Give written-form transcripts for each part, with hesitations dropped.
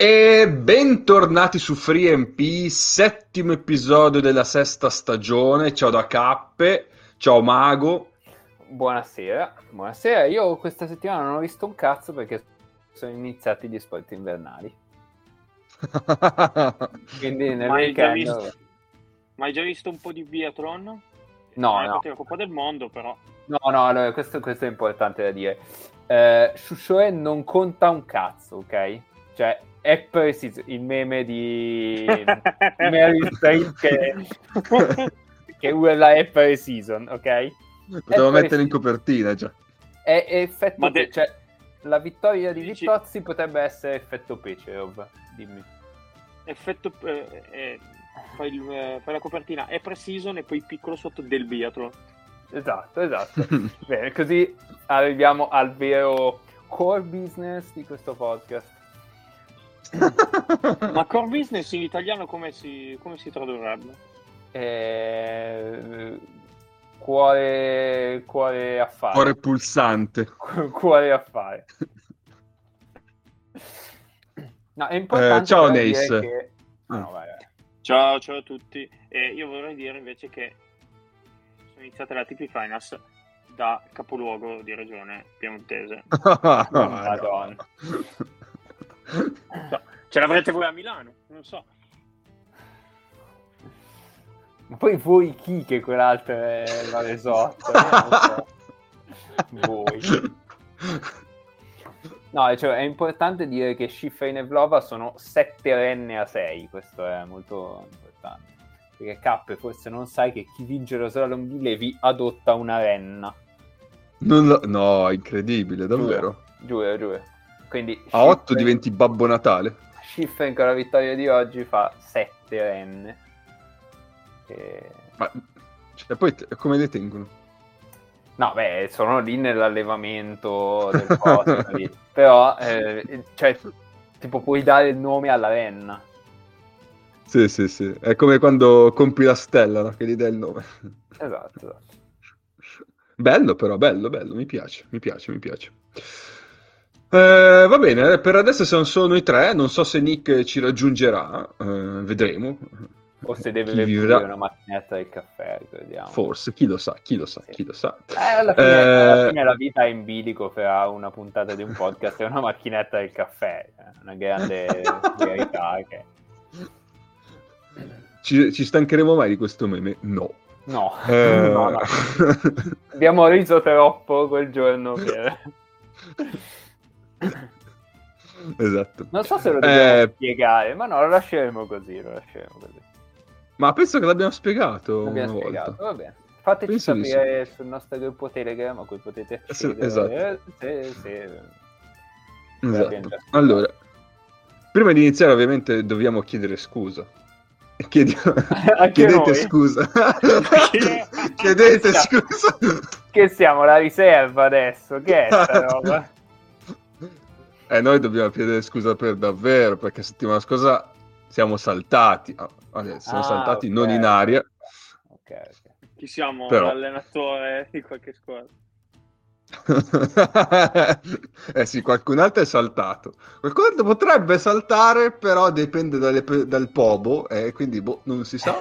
E bentornati su FreeMP, settimo episodio della sesta stagione. Ciao da Cappe, ciao Mago. Buonasera, buonasera. Io questa settimana non ho visto un cazzo perché sono iniziati gli sport invernali. Quindi nel weekend... Ma hai già visto un po' di biathlon? No, non è no. parte la Coppa del Mondo, però. No, allora, questo è importante da dire. Shushoe non conta un cazzo, ok? Cioè, è preciso il meme di Meryl Streep che urla è pre-season, ok? Potevo mettere in copertina già. È effetto cioè, la vittoria di Vittozzi potrebbe essere effetto Pecerov, dimmi. Effetto fai la copertina è pre-season e poi piccolo sotto del biathlon. Esatto. Bene, così arriviamo al vero core business di questo podcast. Ma core business in italiano come si tradurrebbe? Cuore affare. Cuore pulsante. Cuore affare. No, è importante ciao dire Neis. che... Ciao a tutti. Io vorrei dire invece che sono iniziate le ATP Finals da capoluogo di regione piemontese. Madonna. Ce l'avrete voi a Milano? Non so. Ma poi voi chi che quell'altro è la Resort? Non so. Voi. No, cioè è importante dire che Schiffer e Nevlova sono 7 renne a 6, questo è molto importante. Perché Cappe, forse non sai che chi vince lo slalom di Levi adotta una renna. No, incredibile, davvero. Giuro. Quindi a 8 diventi Babbo Natale. Schiffer con la vittoria di oggi fa 7 renne. Ma cioè, poi come le tengono? No, beh, sono lì nell'allevamento del posto, lì. Però, cioè, tipo, puoi dare il nome alla renna. Sì. È come quando compi la stella, no? Che gli dai il nome. Esatto. Bello, però, bello. Mi piace. Va bene, per adesso siamo solo noi tre. Non so se Nick ci raggiungerà. Vedremo. O se deve pulire una macchinetta del caffè, ricordiamo. Forse, chi lo sa. Alla fine la vita è in bilico fra una puntata di un podcast e una macchinetta del caffè. Una grande verità che... Ci stancheremo mai di questo meme? No. No. Abbiamo riso troppo quel giorno per... Esatto. Non so se lo dobbiamo spiegare, ma no, lo lasceremo così. Ma penso che l'abbiamo spiegato una volta. Va bene. Fateci sapere sul nostro gruppo Telegram a cui potete accedere. Esatto. Esatto. Allora, prima di iniziare ovviamente dobbiamo chiedere scusa. Chiedete scusa. Chiedete scusa. Che siamo la riserva adesso? Che è sta roba? Noi dobbiamo chiedere scusa per davvero, perché settimana scorsa siamo saltati. Siamo saltati non in aria. Ok. Chi siamo? Però... L'allenatore di qualche squadra. Sì, qualcun altro è saltato. Qualcun altro potrebbe saltare, però dipende dal pobo, quindi non si sa.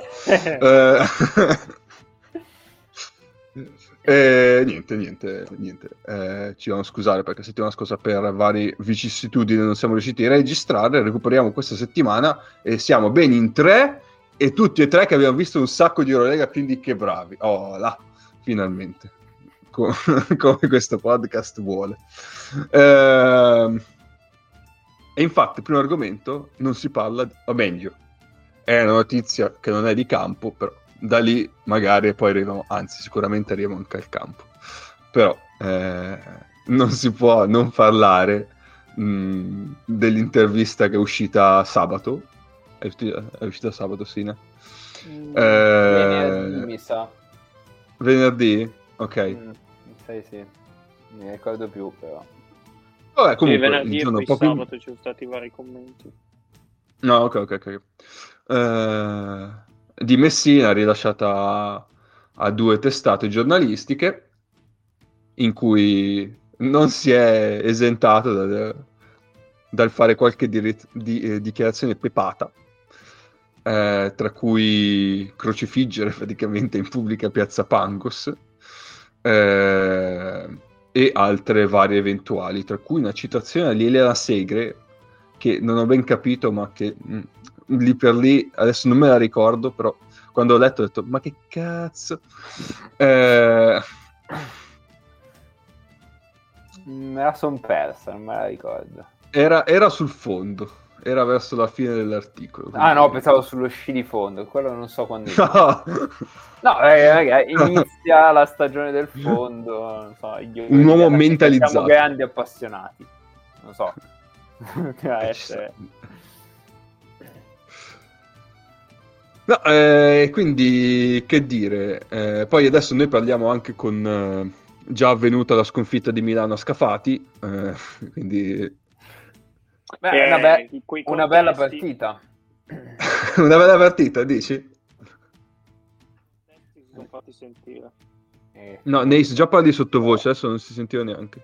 Niente. Ci dobbiamo scusare perché settimana scorsa per varie vicissitudini non siamo riusciti a registrare. Recuperiamo questa settimana e siamo ben in 3 e tutti e 3 che abbiamo visto un sacco di Eurolega, quindi che bravi. Oh là, finalmente. Come questo podcast vuole. E infatti, il primo argomento non si parla, o meglio, è una notizia che non è di campo, però da lì magari poi arriviamo, anzi sicuramente arriviamo anche al campo, però non si può non parlare dell'intervista che è uscita sabato. È uscita sabato, Sina? Venerdì, mi sa. Venerdì? Ok. Sì. Mi ricordo più, però. Vabbè, comunque, venerdì e poi sabato ci sono stati vari commenti. No, ok. Di Messina, rilasciata a 2 testate giornalistiche, in cui non si è esentato dal fare qualche dichiarazione pepata, tra cui crocifiggere praticamente in pubblica piazza Pangos, e altre varie eventuali, tra cui una citazione di Elena Segre, che non ho ben capito, ma che lì per lì, adesso non me la ricordo, però quando ho letto ho detto, ma che cazzo? Me la son persa, non me la ricordo. Era sul fondo, era verso la fine dell'articolo. Ah no, pensavo sullo sci di fondo, quello non so quando No. No, ragazzi, inizia la stagione del fondo, non so, un uomo mentalizzato. Siamo grandi appassionati, non so. Essere... No, quindi che dire, poi adesso noi parliamo anche con già avvenuta la sconfitta di Milano a Scafati, quindi una bella partita. Una bella partita, dici? Si sono fatti sentire. No, Neis, già parli sottovoce, adesso non si sentiva neanche.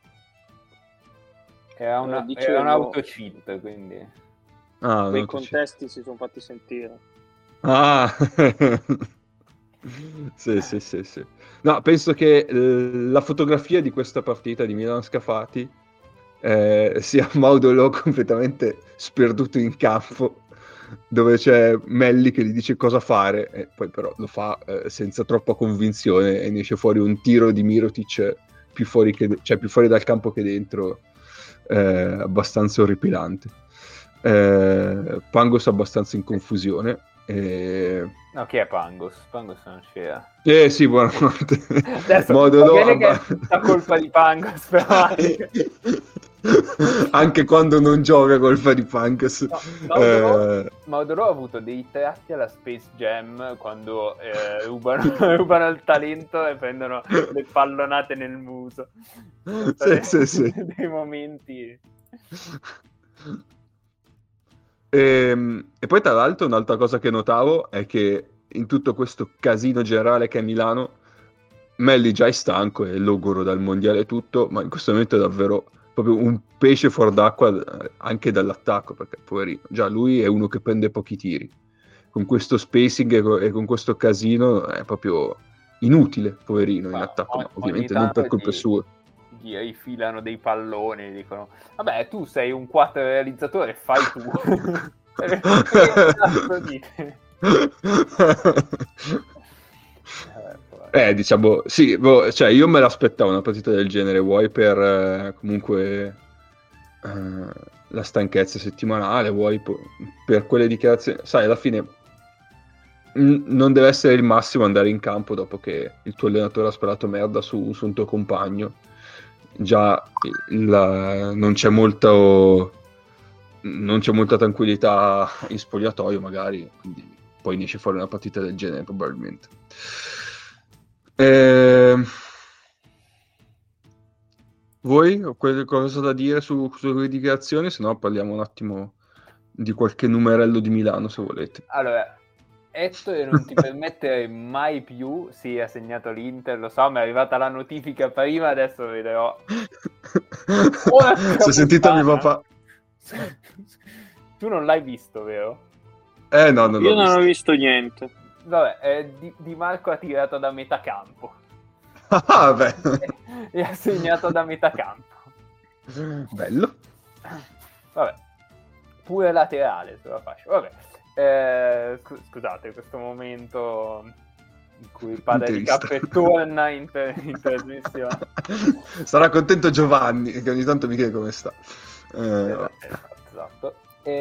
Era un autocheat, quindi... Quei contesti si sono fatti sentire. Ah! Sì. No, penso che la fotografia di questa partita di Milano Scafati sia Maudolò completamente sperduto in campo, dove c'è Melli che gli dice cosa fare e poi però lo fa senza troppa convinzione e ne esce fuori un tiro di Mirotic più fuori dal campo che dentro, abbastanza orripilante. Pangos abbastanza in confusione. No, chi è Pangos? Pangos non c'era. Sì, buonanotte. Adesso va bene che è tutta colpa di Pangos, però anche quando non gioca colpa di Pangos. Maudolò ha avuto dei tratti alla Space Jam quando rubano il talento e prendono le pallonate nel muso. Sì. Dei momenti... E poi tra l'altro un'altra cosa che notavo è che in tutto questo casino generale che è Milano, Melli già è stanco, è logoro dal mondiale e tutto, ma in questo momento è davvero proprio un pesce fuor d'acqua anche dall'attacco, perché poverino, già lui è uno che prende pochi tiri, con questo spacing e con questo casino è proprio inutile, poverino, in attacco, ma ovviamente non per colpe sue. Gli rifilano dei palloni e dicono vabbè, tu sei un 4 realizzatore, fai tu. Che cazzo dite? Diciamo sì, cioè io me l'aspettavo una partita del genere, vuoi per comunque la stanchezza settimanale, vuoi per quelle dichiarazioni, sai, alla fine non deve essere il massimo andare in campo dopo che il tuo allenatore ha sparato merda su un tuo compagno. Già non c'è molta tranquillità in spogliatoio magari, quindi poi ne esce fuori una partita del genere probabilmente. Voi ho qualcosa da dire sulle dichiarazioni? Se no parliamo un attimo di qualche numerello di Milano, se volete. Allora, Ettore non ti permettere mai più, sì, ha segnato l'Inter, lo so, mi è arrivata la notifica prima, adesso lo vedrò. Si è sentito mio papà. Tu non l'hai visto, vero? No, io non ho visto niente. Vabbè, Di Marco ha tirato da metà campo. Ah, beh. E ha segnato da metà campo. Bello. Vabbè, pure laterale se la faccio. Vabbè. Scusate, questo momento in cui il padre di Cappe torna in trasmissione. Sarà contento Giovanni, che ogni tanto mi chiede come sta. Esatto.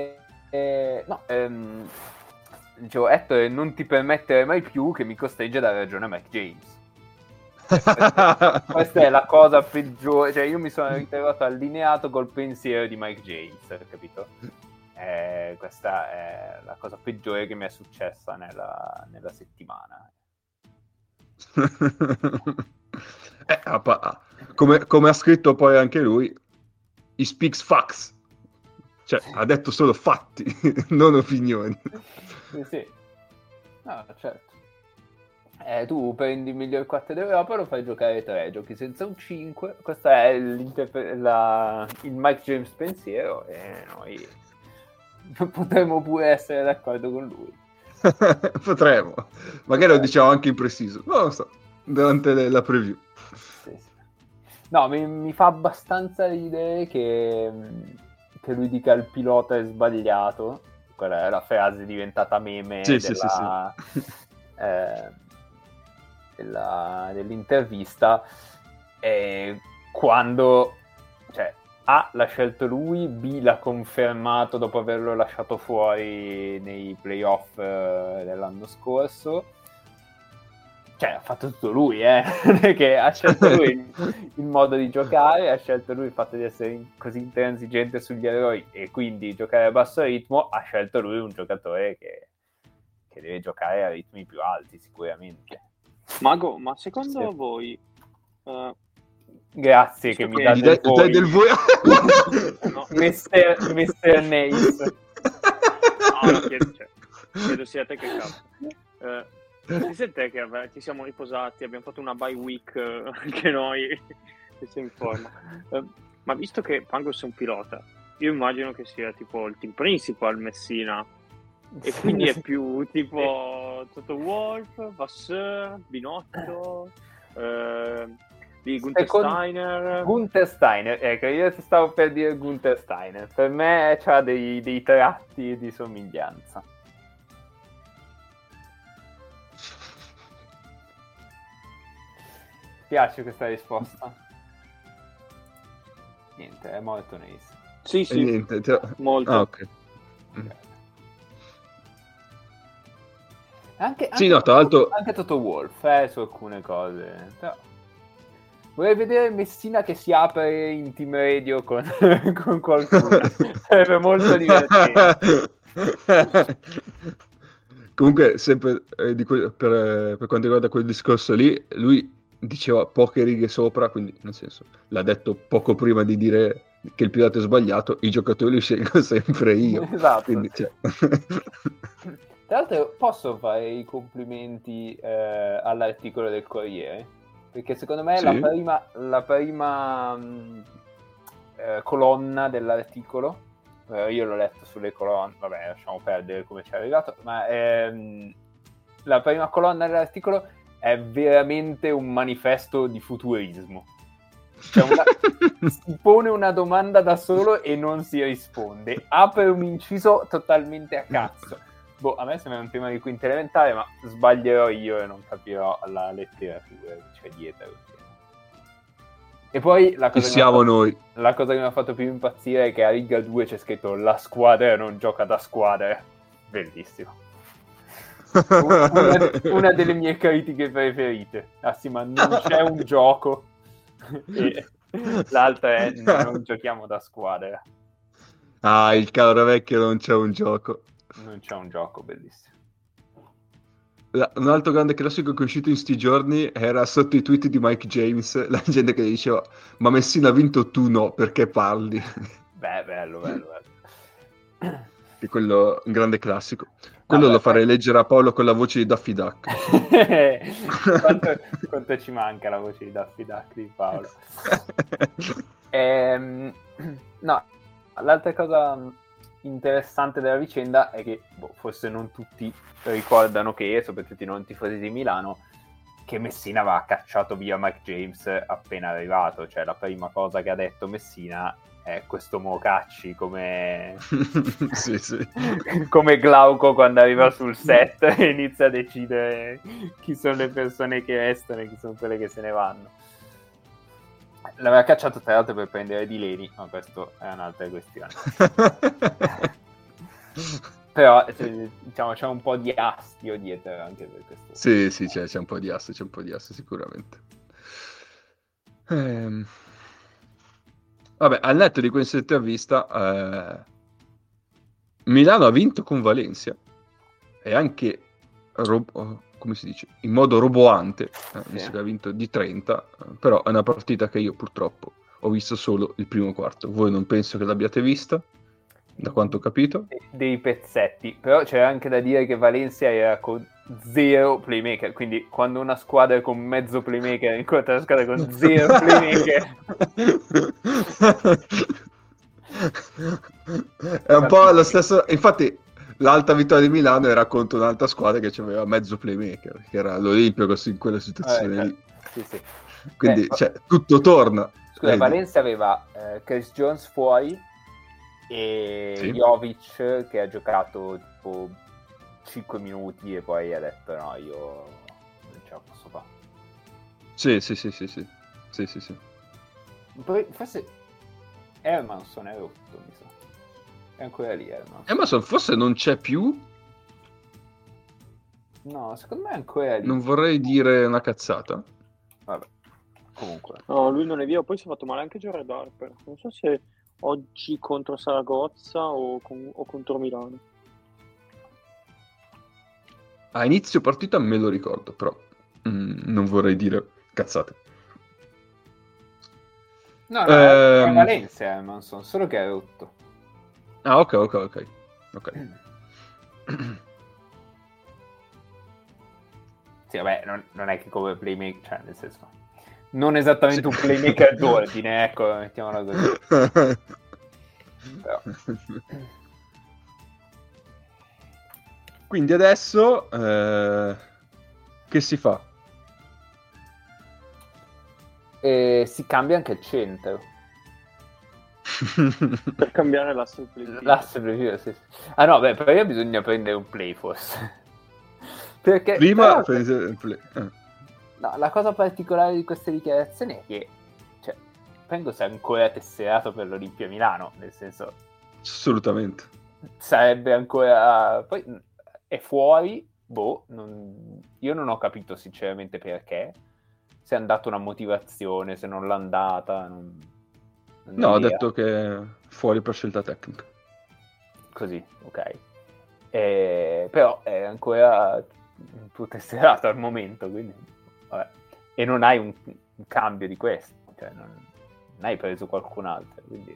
Dicevo, Ettore, non ti permettere mai più che mi costringe a dare ragione a Mike James. Questa è la cosa peggiore, cioè io mi sono ritrovato allineato col pensiero di Mike James, capito? Questa è la cosa peggiore che mi è successa nella settimana. Come ha scritto poi anche lui, he speaks facts, cioè ha detto solo fatti, non opinioni. Sì. No, certo. Tu prendi il miglior 4 d'Europa, lo fai giocare 3, giochi senza un 5. Questo è il Mike James pensiero, e noi potremmo pure essere d'accordo con lui. Potremmo, magari lo diciamo anche in preciso, non lo so, durante la preview. Sì. No, mi fa abbastanza ridere che lui dica il pilota è sbagliato. Quella è la frase diventata meme dell'intervista, quando, cioè, A, l'ha scelto lui, B, l'ha confermato dopo averlo lasciato fuori nei playoff dell'anno scorso. Cioè, ha fatto tutto lui, che ha scelto lui il modo di giocare, ha scelto lui il fatto di essere così intransigente sugli eroi e quindi giocare a basso ritmo, ha scelto lui un giocatore che deve giocare a ritmi più alti, sicuramente. Mago, ma secondo voi... Grazie che mi date del voi. No. Mr. Nace. No, chiedo sia te che cazzo. Sì, te che ci siamo riposati, abbiamo fatto una bye week anche noi, che sei in forma. Ma visto che Pangos è un pilota, io immagino che sia tipo il team principal Messina, e quindi è più tipo Toto Wolff, Vasseur, Binotto, di Gunther Steiner. Gunther Steiner, ecco, io stavo per dire Gunther Steiner. Per me c'ha dei tratti di somiglianza. Ti piace questa risposta? Niente, è molto nice. Sì, niente, molto. Ah, ok. Anche tra l'altro anche Toto Wolff su alcune cose, però vorrei vedere Messina che si apre in team radio con qualcuno. Sarebbe molto divertente. Comunque, sempre per quanto riguarda quel discorso lì, lui diceva poche righe sopra, quindi nel senso l'ha detto poco prima di dire che il pilota è sbagliato, i giocatori li scelgo sempre io. Esatto. Quindi, Tra l'altro posso fare i complimenti all'articolo del Corriere, perché secondo me sì. la prima colonna dell'articolo, io l'ho letto sulle colonne, vabbè, lasciamo perdere come ci è arrivato, ma la prima colonna dell'articolo è veramente un manifesto di futurismo. Cioè si pone una domanda da solo e non si risponde, apre un inciso totalmente a cazzo. A me sembra un tema di quinta elementare, ma sbaglierò io e non capirò la letteratura che c'è dietro. E poi la cosa che mi ha fatto più impazzire è che a riga 2 c'è scritto la squadra non gioca da squadra. Bellissimo. Una delle mie critiche preferite. Ah sì, ma non c'è un gioco. E l'altra è non giochiamo da squadra. Ah, il caro vecchio non c'è un gioco. Non c'è un gioco, bellissimo. Un altro grande classico che è uscito in sti giorni era sotto i tweet di Mike James, la gente che diceva ma Messina ha vinto, tu no, perché parli? Beh, bello. Che quello un grande classico. Quello lo farei leggere a Paolo con la voce di Daffy Duck. Quanto ci manca la voce di Daffy Duck di Paolo. No, l'altra cosa interessante della vicenda è che forse non tutti ricordano che, soprattutto i non tifosi di Milano, che Messina aveva cacciato via Mike James appena arrivato. Cioè la prima cosa che ha detto Messina è questo mo cacci, come sì. come Glauco quando arriva sul set e inizia a decidere chi sono le persone che restano e chi sono quelle che se ne vanno. L'aveva cacciato tra l'altro per prendere Di Leni, ma questo è un'altra questione. Però diciamo c'è un po' di astio dietro anche per questo. Sì, c'è un po' di astio, sicuramente. Vabbè, al netto di questa intervista, Milano ha vinto con Valencia e anche come si dice, in modo roboante, visto che ha vinto di 30, però è una partita che io purtroppo ho visto solo il primo quarto. Voi non penso che l'abbiate vista, da quanto ho capito. Dei pezzetti, però c'è anche da dire che Valencia era zero playmaker, quindi quando una squadra con mezzo playmaker incontra una squadra con zero playmaker è un po' lo stesso, infatti l'alta vittoria di Milano era contro un'altra squadra che aveva mezzo playmaker, che era l'Olympiacos in quella situazione lì. sì. Quindi tutto torna. Scusa, Valencia aveva Chris Jones fuori e Jovic che ha giocato tipo 5 minuti e poi ha detto no, io non ce la posso fare. Sì. Poi forse Hermanson è rotto, mi sa. È ancora lì Hermanson forse non c'è più. No, secondo me è ancora lì. Non vorrei dire una cazzata. Vabbè, comunque. No, lui non è via, poi si è fatto male anche Jared Harper. Non so se oggi contro Saragozza o contro Milano. A inizio partita me lo ricordo, però non vorrei dire cazzate. No, è Valencia Hermanson, solo che è rotto. Ah, ok. Sì, vabbè, non è che come playmaker, cioè nel senso, non esattamente un playmaker d'ordine, ecco, mettiamola così. Però. Quindi adesso che si fa? Si cambia anche il centro. Per cambiare l'asse preview, sì. Ah no, beh, prima bisogna prendere un play forse. Perché prima no, la cosa particolare di queste dichiarazioni è che Pengo sia ancora tesserato per l'Olimpia Milano, nel senso assolutamente sarebbe ancora, poi è fuori, io non ho capito sinceramente perché, se è andata una motivazione, se non l'ha andata, no, ha detto che è fuori per scelta tecnica. Così, ok. Però è ancora tu tesserato al momento, quindi vabbè. E non hai un cambio di questo, cioè non hai preso qualcun altro, quindi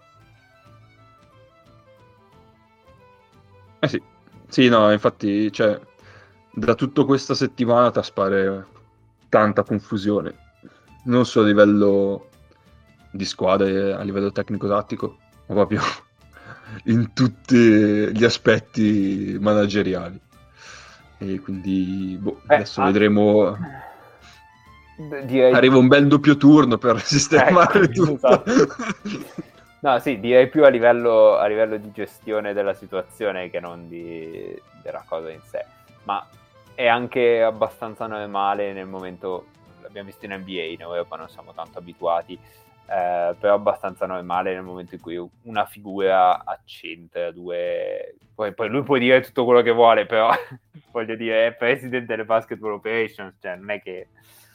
sì, no, infatti, cioè, da tutta questa settimana traspare tanta confusione, non solo a livello di squadre, a livello tecnico-tattico, ma proprio in tutti gli aspetti manageriali. E quindi adesso vedremo. Arriva un bel doppio turno per sistemare tutto. Esatto. No, sì, direi più a livello di gestione della situazione che non della cosa in sé, ma è anche abbastanza normale nel momento, l'abbiamo visto in NBA, in Europa non siamo tanto abituati, però abbastanza normale nel momento in cui una figura accentra due, poi lui può dire tutto quello che vuole, però voglio dire, è presidente delle basketball operations, cioè non è che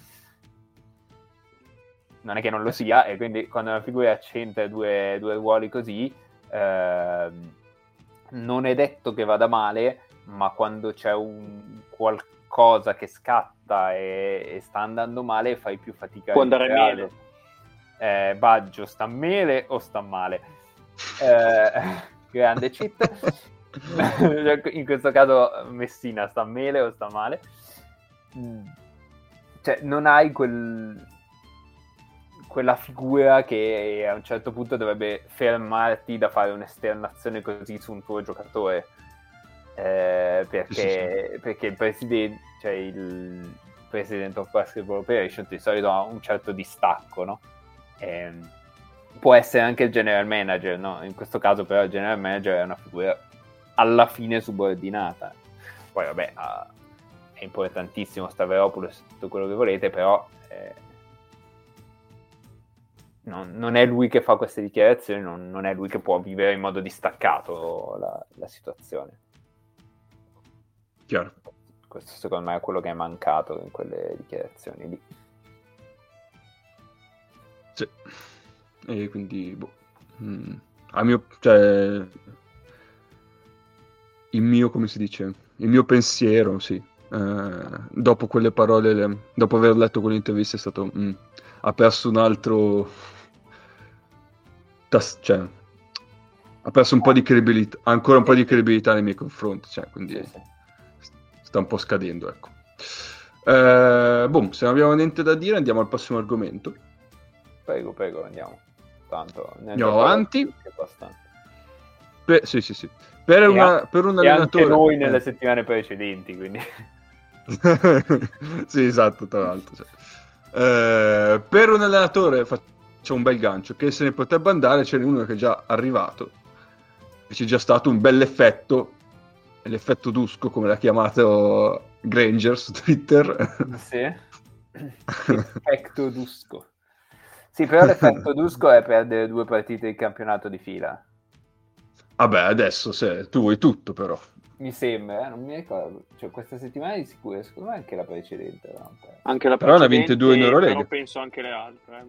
non lo sia, e quindi quando una figura accentra due ruoli così, non è detto che vada male, ma quando c'è un qualcosa che scatta e sta andando male, fai più fatica può andare male. Baggio sta male o sta male? Grande cheat. In questo caso Messina sta male o sta male? Cioè non hai quella figura che a un certo punto dovrebbe fermarti da fare un'esternazione così su un tuo giocatore, perché il presidente, cioè il president of basketball operations di solito ha un certo distacco, no? Può essere anche il general manager, no? In questo caso però il general manager è una figura alla fine subordinata. Poi vabbè, è importantissimo Stavropoulos, tutto quello che volete, però non è lui che fa queste dichiarazioni, non è lui che può vivere in modo distaccato la situazione. Chiaro. Questo secondo me è quello che è mancato in quelle dichiarazioni lì. Sì. E quindi come si dice? Il mio pensiero, sì. Dopo quelle parole, dopo aver letto quell'intervista, è stato ha perso un altro ha perso un po' di credibilità, ancora un po' di credibilità nei miei confronti, cioè, quindi sì. sta un po' scadendo, ecco. Se non abbiamo niente da dire andiamo al prossimo argomento. Prego, andiamo. Tanto andiamo avanti. Sì. Per un allenatore... anche noi nelle settimane precedenti, quindi... Sì, esatto, tra l'altro. Per un allenatore faccio un bel gancio, che se ne potrebbe andare, ce n'è uno che è già arrivato, e c'è già stato un bel effetto, l'effetto Dusko, come l'ha chiamato Granger su Twitter. Sì, l'effetto Dusko. Sì, però l'effetto Dusko è perdere 2 partite di campionato di fila. Vabbè, adesso tu vuoi tutto, però. Mi sembra, non mi ricordo. Cioè, questa settimana di sicuro, secondo me anche la precedente. No? Anche la però precedente, ne ha 22 in Eurolega. Però penso anche le altre.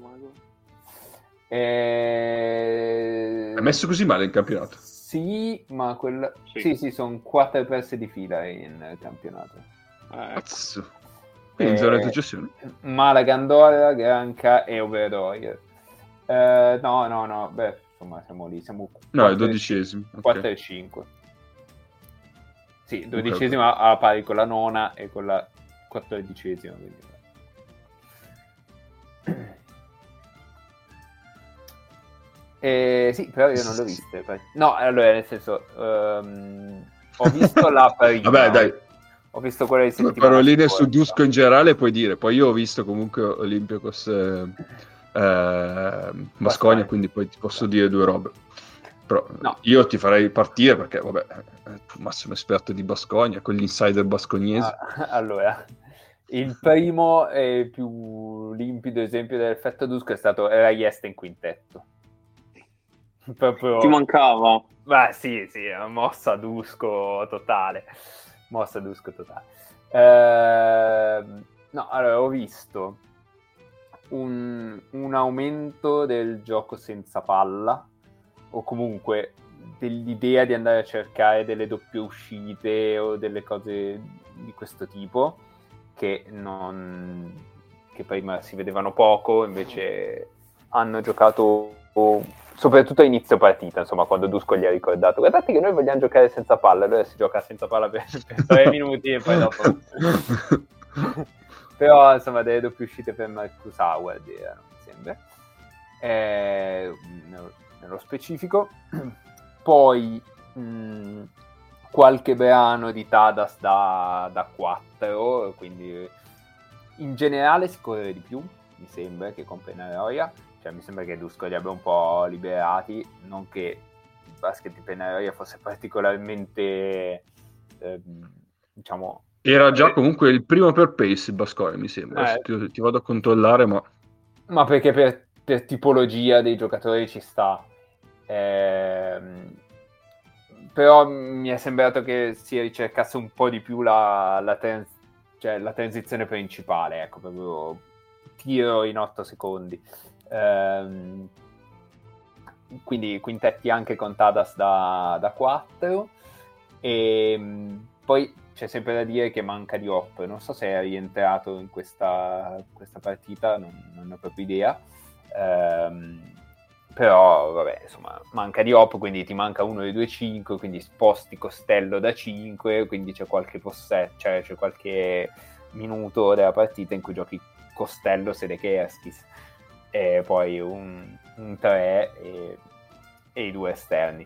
È messo così male in campionato? Sì, ma sì, sono 4 perse di fila in campionato. Cazzo. Quindi in zona di successione. Malaga, Andorra, Granca e Oberoi. No, beh, insomma siamo lì, siamo 12esimi. 4 e 5. Sì, 12esima a pari con la nona e con la 14esima. Sì, però io non l'ho vista. No, allora, nel senso, ho visto la prima. Vabbè, dai. Ho visto quella di settimana paroline su Dusko in generale puoi dire. Poi io ho visto comunque Olympiacos Baskonia, quindi poi ti posso dire 2 robe. Però no. Io ti farei partire perché, vabbè, massimo esperto di Baskonia, con gli insider baskoniesi. Allora, il primo e più limpido esempio dell'effetto Dusko è stato Raieste in quintetto. Proprio... Ti mancava? Beh, sì, mossa Dusko totale. No, allora ho visto un aumento del gioco senza palla, o comunque dell'idea di andare a cercare delle doppie uscite o delle cose di questo tipo che prima si vedevano poco, invece hanno giocato soprattutto a inizio partita, insomma, quando Dusko gli ha ricordato guardate che noi vogliamo giocare senza palla, allora si gioca senza palla per 3 minuti e poi dopo però insomma delle doppie uscite per Marcus Howard erano, mi sembra, nello specifico. Poi qualche brano di Tadas da 4, quindi in generale si corre di più, mi sembra, che con Penaroia. Cioè, mi sembra che Dusko li abbia un po' liberati, non che il basket di Penaroia fosse particolarmente, diciamo... Era già comunque il primo per pace il Baskonia, mi sembra. Ti vado a controllare, ma... Ma perché per tipologia dei giocatori ci sta. Però mi è sembrato che si ricercasse un po' di più la transizione principale, ecco, proprio tiro in 8 secondi. Quindi quintetti anche con Tadas da 4 e poi c'è sempre da dire che manca Diop, non so se è rientrato in questa partita, non ho proprio idea, però vabbè, insomma, manca Diop, quindi ti manca uno dei 2 5, quindi sposti Costello da 5, quindi c'è qualche c'è qualche minuto della partita in cui giochi Costello, Sedekerskis, e poi un 3 e i 2 esterni.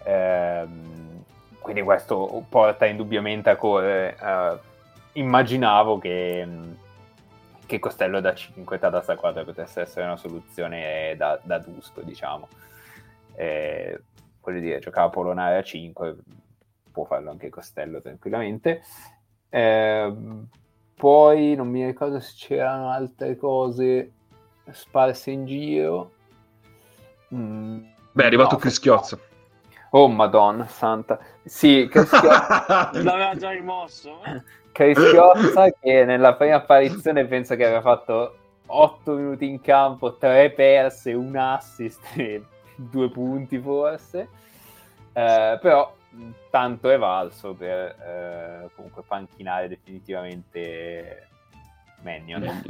Quindi questo porta indubbiamente a correre. Immaginavo che Costello da 5 Tadas da 4 potesse essere una soluzione da Dusko, diciamo. Voglio dire, giocava Polonare a 5, può farlo anche Costello tranquillamente. Poi non mi ricordo se c'erano altre cose sparse in giro. Beh, è arrivato Chris Chiozza. Oh madonna santa, sì, Chris Chiozza l'aveva già rimosso. Chris Chiozza che nella prima apparizione penso che aveva fatto 8 minuti in campo, 3 perse, un assist e 2 punti forse, però tanto è valso per comunque panchinare definitivamente Mannion.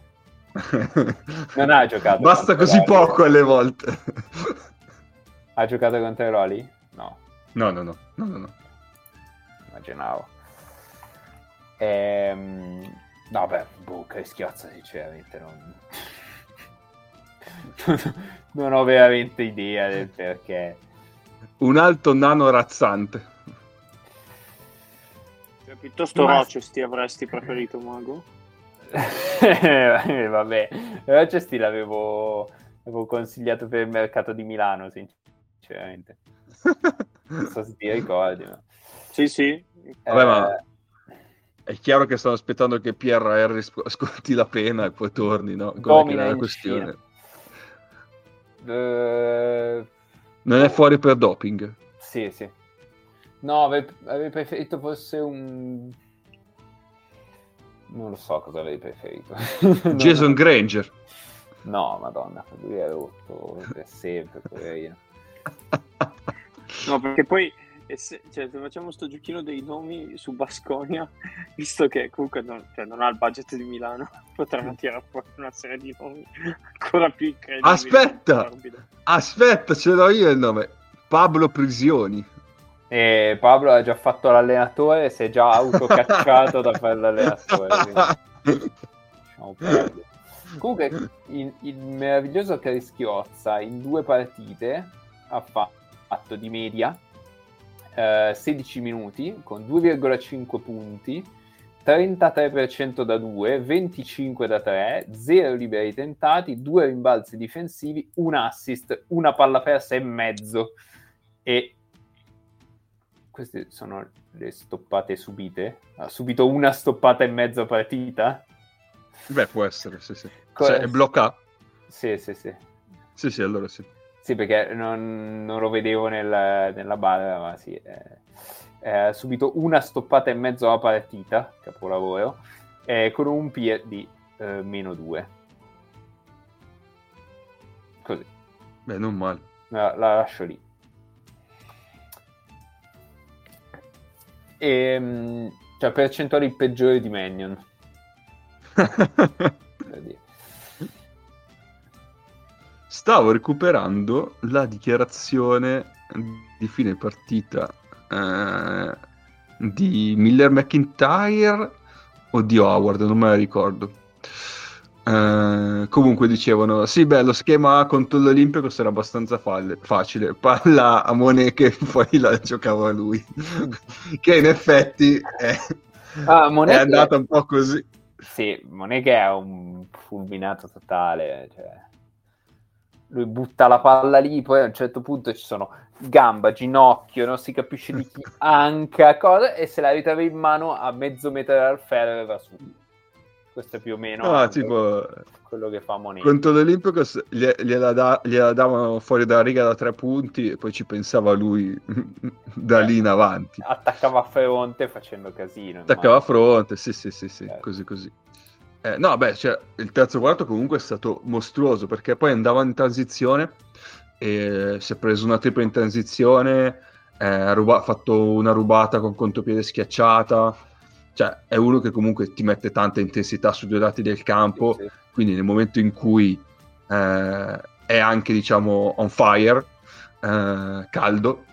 Non ha giocato, basta così poco alle volte. Ha giocato contro i Roli? No. No. Immaginavo. Vabbè, che schiozza sinceramente non ho veramente idea del perché. Un alto nano razzante. Piuttosto Rochester avresti preferito, Mago? Vabbè, Rochester l'avevo consigliato per il mercato di Milano, sinceramente. Non so se ti ricordi, ma... Sì. Vabbè, ma è chiaro che stanno aspettando che Pierre Henry sconti la pena e poi torni, no? Domina la questione. Non è fuori per doping? Sì. No, avrei preferito forse un... Non lo so cosa avrei preferito. Jason Granger. No, madonna, lui è rotto per sempre, poverino. No, perché poi se facciamo sto giochino dei nomi su Baskonia, visto che comunque non ha il budget di Milano, potremmo tirare fuori una serie di nomi ancora più incredibili. Aspetta, ce l'ho io il nome. Pablo Prisioni. E Pablo ha già fatto l'allenatore e si è già autocacciato da fare l'allenatore. Comunque il meraviglioso Crischiozza in 2 partite ha fatto di media 16 minuti con 2,5 punti, 33% da 2, 25 da 3, 0 liberi tentati, 2 rimbalzi difensivi, un assist, una palla persa e mezzo. E queste sono le stoppate subite. Ha subito una stoppata e mezzo a partita? Beh, può essere, sì. È bloccato? Sì. Sì, allora sì. Sì, perché non lo vedevo nella barra, ma sì. Ha subito una stoppata e mezzo a partita, capolavoro, con un PE di -2. Così. Beh, non male. La lascio lì. Cioè, percentuali peggiori di Mannion. Stavo recuperando la dichiarazione di fine partita di Miller McIntyre o di Howard, non me la ricordo. Comunque dicevano sì, beh, lo schema contro l'Olimpico sarà abbastanza facile, palla a Monet che poi la giocava lui. Che in effetti è andata un po' così. Sì, Monet che è un fulminato totale, cioè lui butta la palla lì, poi a un certo punto ci sono gamba, ginocchio, non si capisce di chi, anca, cosa, e se la ritrova in mano a mezzo metro dal ferro e va su. Questo è più o meno tipo quello che fa Monet. Contro l'Olimpico gliela davano fuori dalla riga da 3 punti e poi ci pensava lui da lì in avanti. Attaccava a fronte facendo casino. Attaccava a fronte, sì, così. No, beh, cioè, il terzo quarto comunque è stato mostruoso perché poi andava in transizione e si è preso una tripla in transizione, ha fatto una rubata con contropiede schiacciata. Cioè, è uno che comunque ti mette tanta intensità su 2 lati del campo, sì. Quindi nel momento in cui è anche, diciamo, on fire, caldo,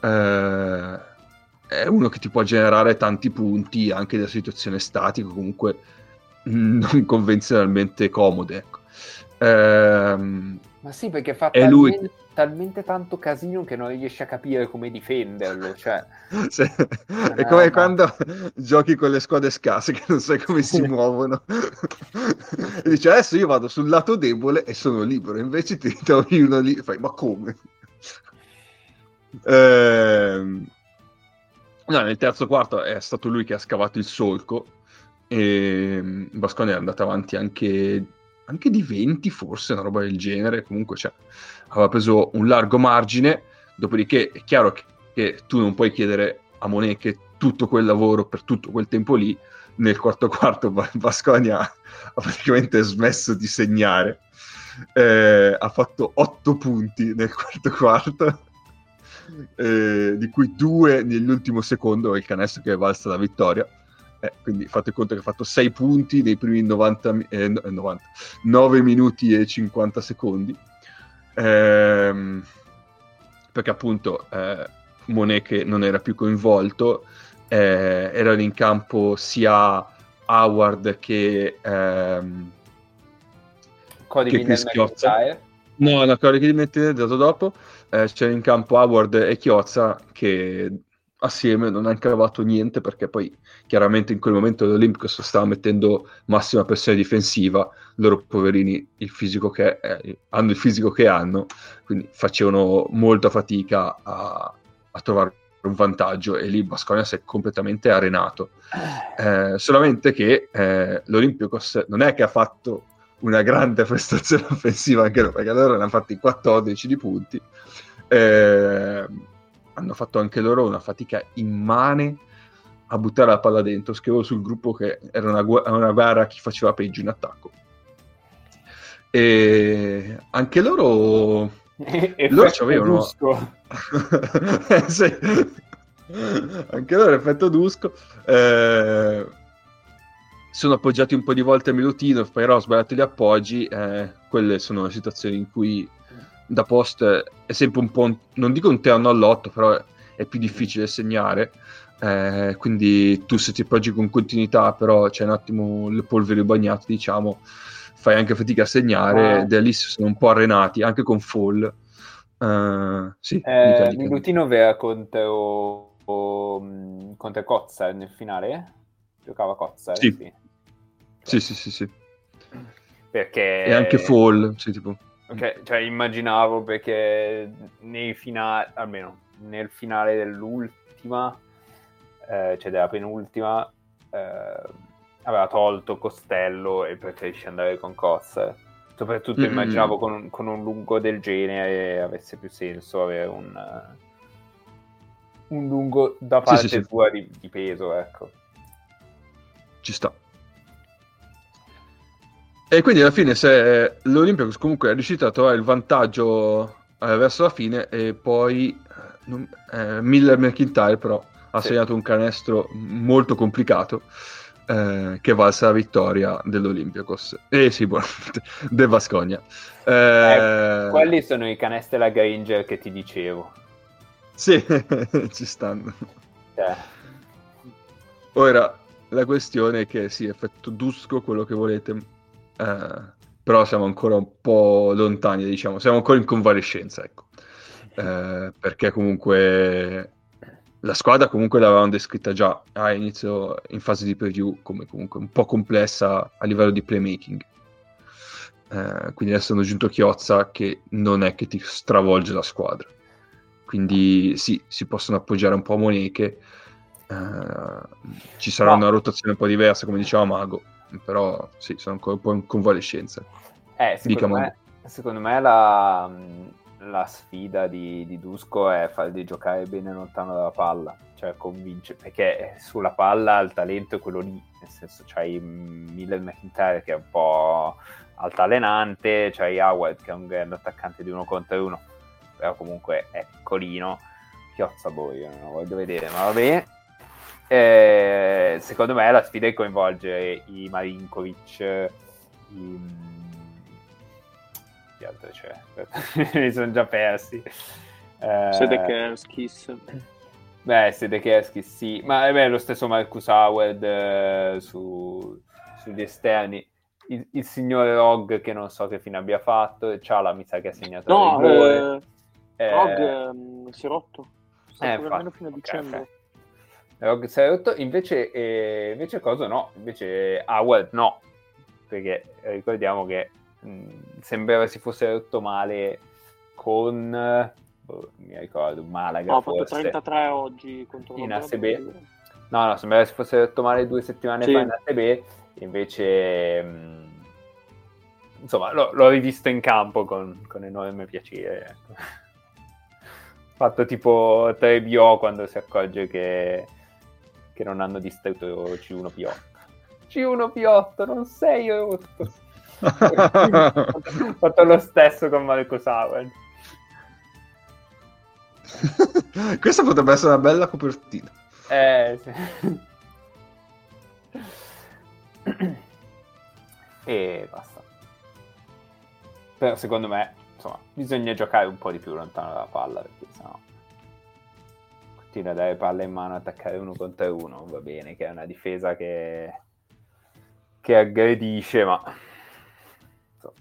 è uno che ti può generare tanti punti anche da situazione statica, comunque non convenzionalmente comode, ecco. Ma sì, perché fa talmente tanto casino che non riesci a capire come difenderlo, cioè... Sì. È come quando giochi con le squadre scarse che non sai come si muovono e dici adesso io vado sul lato debole e sono libero, invece ti trovi uno lì e fai ma come? No, nel terzo quarto è stato lui che ha scavato il solco e Baskonia è andata avanti anche di 20 forse, una roba del genere, comunque cioè, aveva preso un largo margine, dopodiché è chiaro che tu non puoi chiedere a Monet che tutto quel lavoro per tutto quel tempo lì, nel quarto Baskonia ha praticamente smesso di segnare, ha fatto 8 punti nel quarto, di cui 2 nell'ultimo secondo, il canestro che è valsa la vittoria. Quindi fate conto che ha fatto 6 punti nei primi 9 minuti e 50 secondi, perché appunto Monet che non era più coinvolto, erano in campo sia Howard che Cody Chris Chiozza. McIntyre. No, Cody McIntyre è dato dopo. C'era in campo Howard e Chiozza che assieme non hanno cavato niente, perché poi chiaramente in quel momento l'Olympicos stava mettendo massima pressione difensiva. Loro poverini hanno il fisico che hanno, quindi facevano molta fatica a trovare un vantaggio, e lì Baskonia si è completamente arenato. Solamente che l'Olympicos non è che ha fatto una grande prestazione offensiva, anche loro, perché loro ne hanno fatti 14 di punti. Hanno fatto anche loro una fatica immane a buttare la palla dentro. Scrivevo sul gruppo che era una gara a chi faceva peggio in attacco, e anche loro c'avevano sì. Anche loro effetto Dusko, sono appoggiati un po' di volte a Milutino, però ho sbagliato gli appoggi. Quelle sono le situazioni in cui da post è sempre un po' non dico un terno all'8, però è più difficile segnare. Quindi tu, se ti appoggi con continuità, però c'è un attimo le polveri bagnate, diciamo, fai anche fatica a segnare. Da lì si sono un po' arenati anche con Fall. Sì, dica. Milutino vera contro Cozza nel finale? Giocava Cozza? Sì. Sì. Perché... E anche Fall, sì, tipo. Okay, cioè immaginavo, perché nei finali, almeno nel finale dell'ultima, cioè della penultima, aveva tolto Costello e preferisce andare con Cozza. Soprattutto immaginavo con un lungo del genere avesse più senso avere un lungo da parte tua di peso, ecco. Ci sta. E quindi alla fine, se l'Olympiacos comunque è riuscito a trovare il vantaggio verso la fine, e poi Miller McIntyre però ha segnato un canestro molto complicato, che valsa la vittoria dell'Olympiacos. Del Baskonia. Quelli sono i canestri alla Granger che ti dicevo. Sì, ci stanno. Ora, la questione è che sì, effetto Dusko, quello che volete, però siamo ancora un po' lontani, diciamo, siamo ancora in convalescenza, ecco. Perché comunque la squadra comunque l'avevamo descritta già a inizio, in fase di preview, come comunque un po' complessa a livello di playmaking. Quindi adesso hanno aggiunto Chiozza, che non è che ti stravolge la squadra, quindi sì, si possono appoggiare un po' a Moneke. Ci sarà una rotazione un po' diversa, come diceva Mago, però sì, sono ancora un po' in convalescenza. Secondo me la sfida di Dusko è farli giocare bene lontano dalla palla, cioè convincere, perché sulla palla il talento è quello lì, nel senso c'hai Miller McIntyre che è un po' altalenante, c'hai Howard che è un grande attaccante di 1 contro 1, però comunque è piccolino. Chiozza io non lo voglio vedere, ma va bene. Secondo me la sfida è coinvolgere i Marinkovic, gli altri, cioè mi sono già persi. Sedekerskis. Sedekerskis sì, ma lo stesso Marcus Howard sugli esterni. Il signore Rog, che non so che fine abbia fatto. Ciala mi sa che ha segnato Rog si è rotto, almeno fino a dicembre. Rog si è rotto, invece cosa no, invece Howard no, perché ricordiamo che sembrava si fosse rotto male con mi ricordo Malaga, ha fatto 33 oggi contro in ACB. No, sembrava si fosse rotto male 2 settimane fa in ACB, invece insomma l'ho rivisto in campo con enorme piacere. Fatto tipo 3BO quando si accorge che non hanno distrutto C1 P8. C1 P8, non sei rotto. Ho fatto lo stesso con Marcus Howard. Questa potrebbe essere una bella copertina. Sì. E basta. Però secondo me, insomma, bisogna giocare un po' di più lontano dalla palla, perché sennò continua a dare palla in mano, attaccare 1 contro 1, va bene, che è una difesa che aggredisce, ma insomma,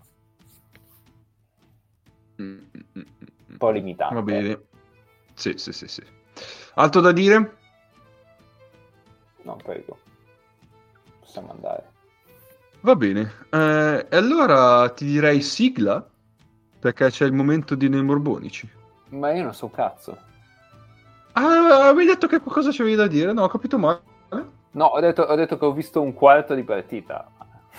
un po' limitante. Va bene. Sì. Altro da dire? No, prego. Possiamo andare. Va bene. E allora ti direi sigla, perché c'è il momento di Nei Morbonici. Ma io non so un cazzo. Ah, avevi detto che qualcosa c'avevi da dire? No, ho capito male. No, ho detto che ho visto un quarto di partita.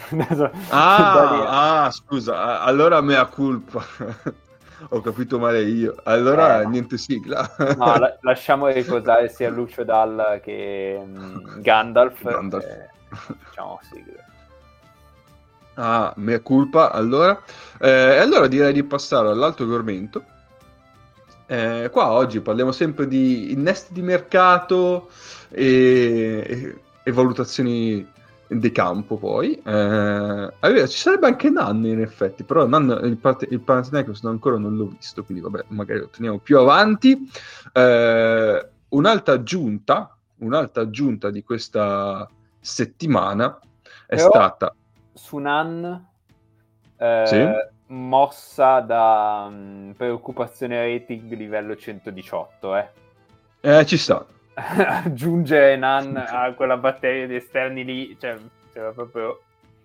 Scusa, allora mea culpa. Ho capito male io. Allora niente sigla. No, lasciamo riposare sia Lucio Dalla che Gandalf. Facciamo sigla. Ah, mea culpa. Allora direi di passare all'altro argomento. Qua oggi parliamo sempre di innesti di mercato e valutazioni di campo poi. Ci sarebbe anche Nan in effetti, però Nan, il Panathinaikos ancora non l'ho visto, quindi vabbè, magari lo teniamo più avanti. Un'altra aggiunta di questa settimana è stata su Nan sì? mossa da preoccupazione rating livello 118 Ci sta. Aggiungere Nan a quella batteria di esterni lì, cioè proprio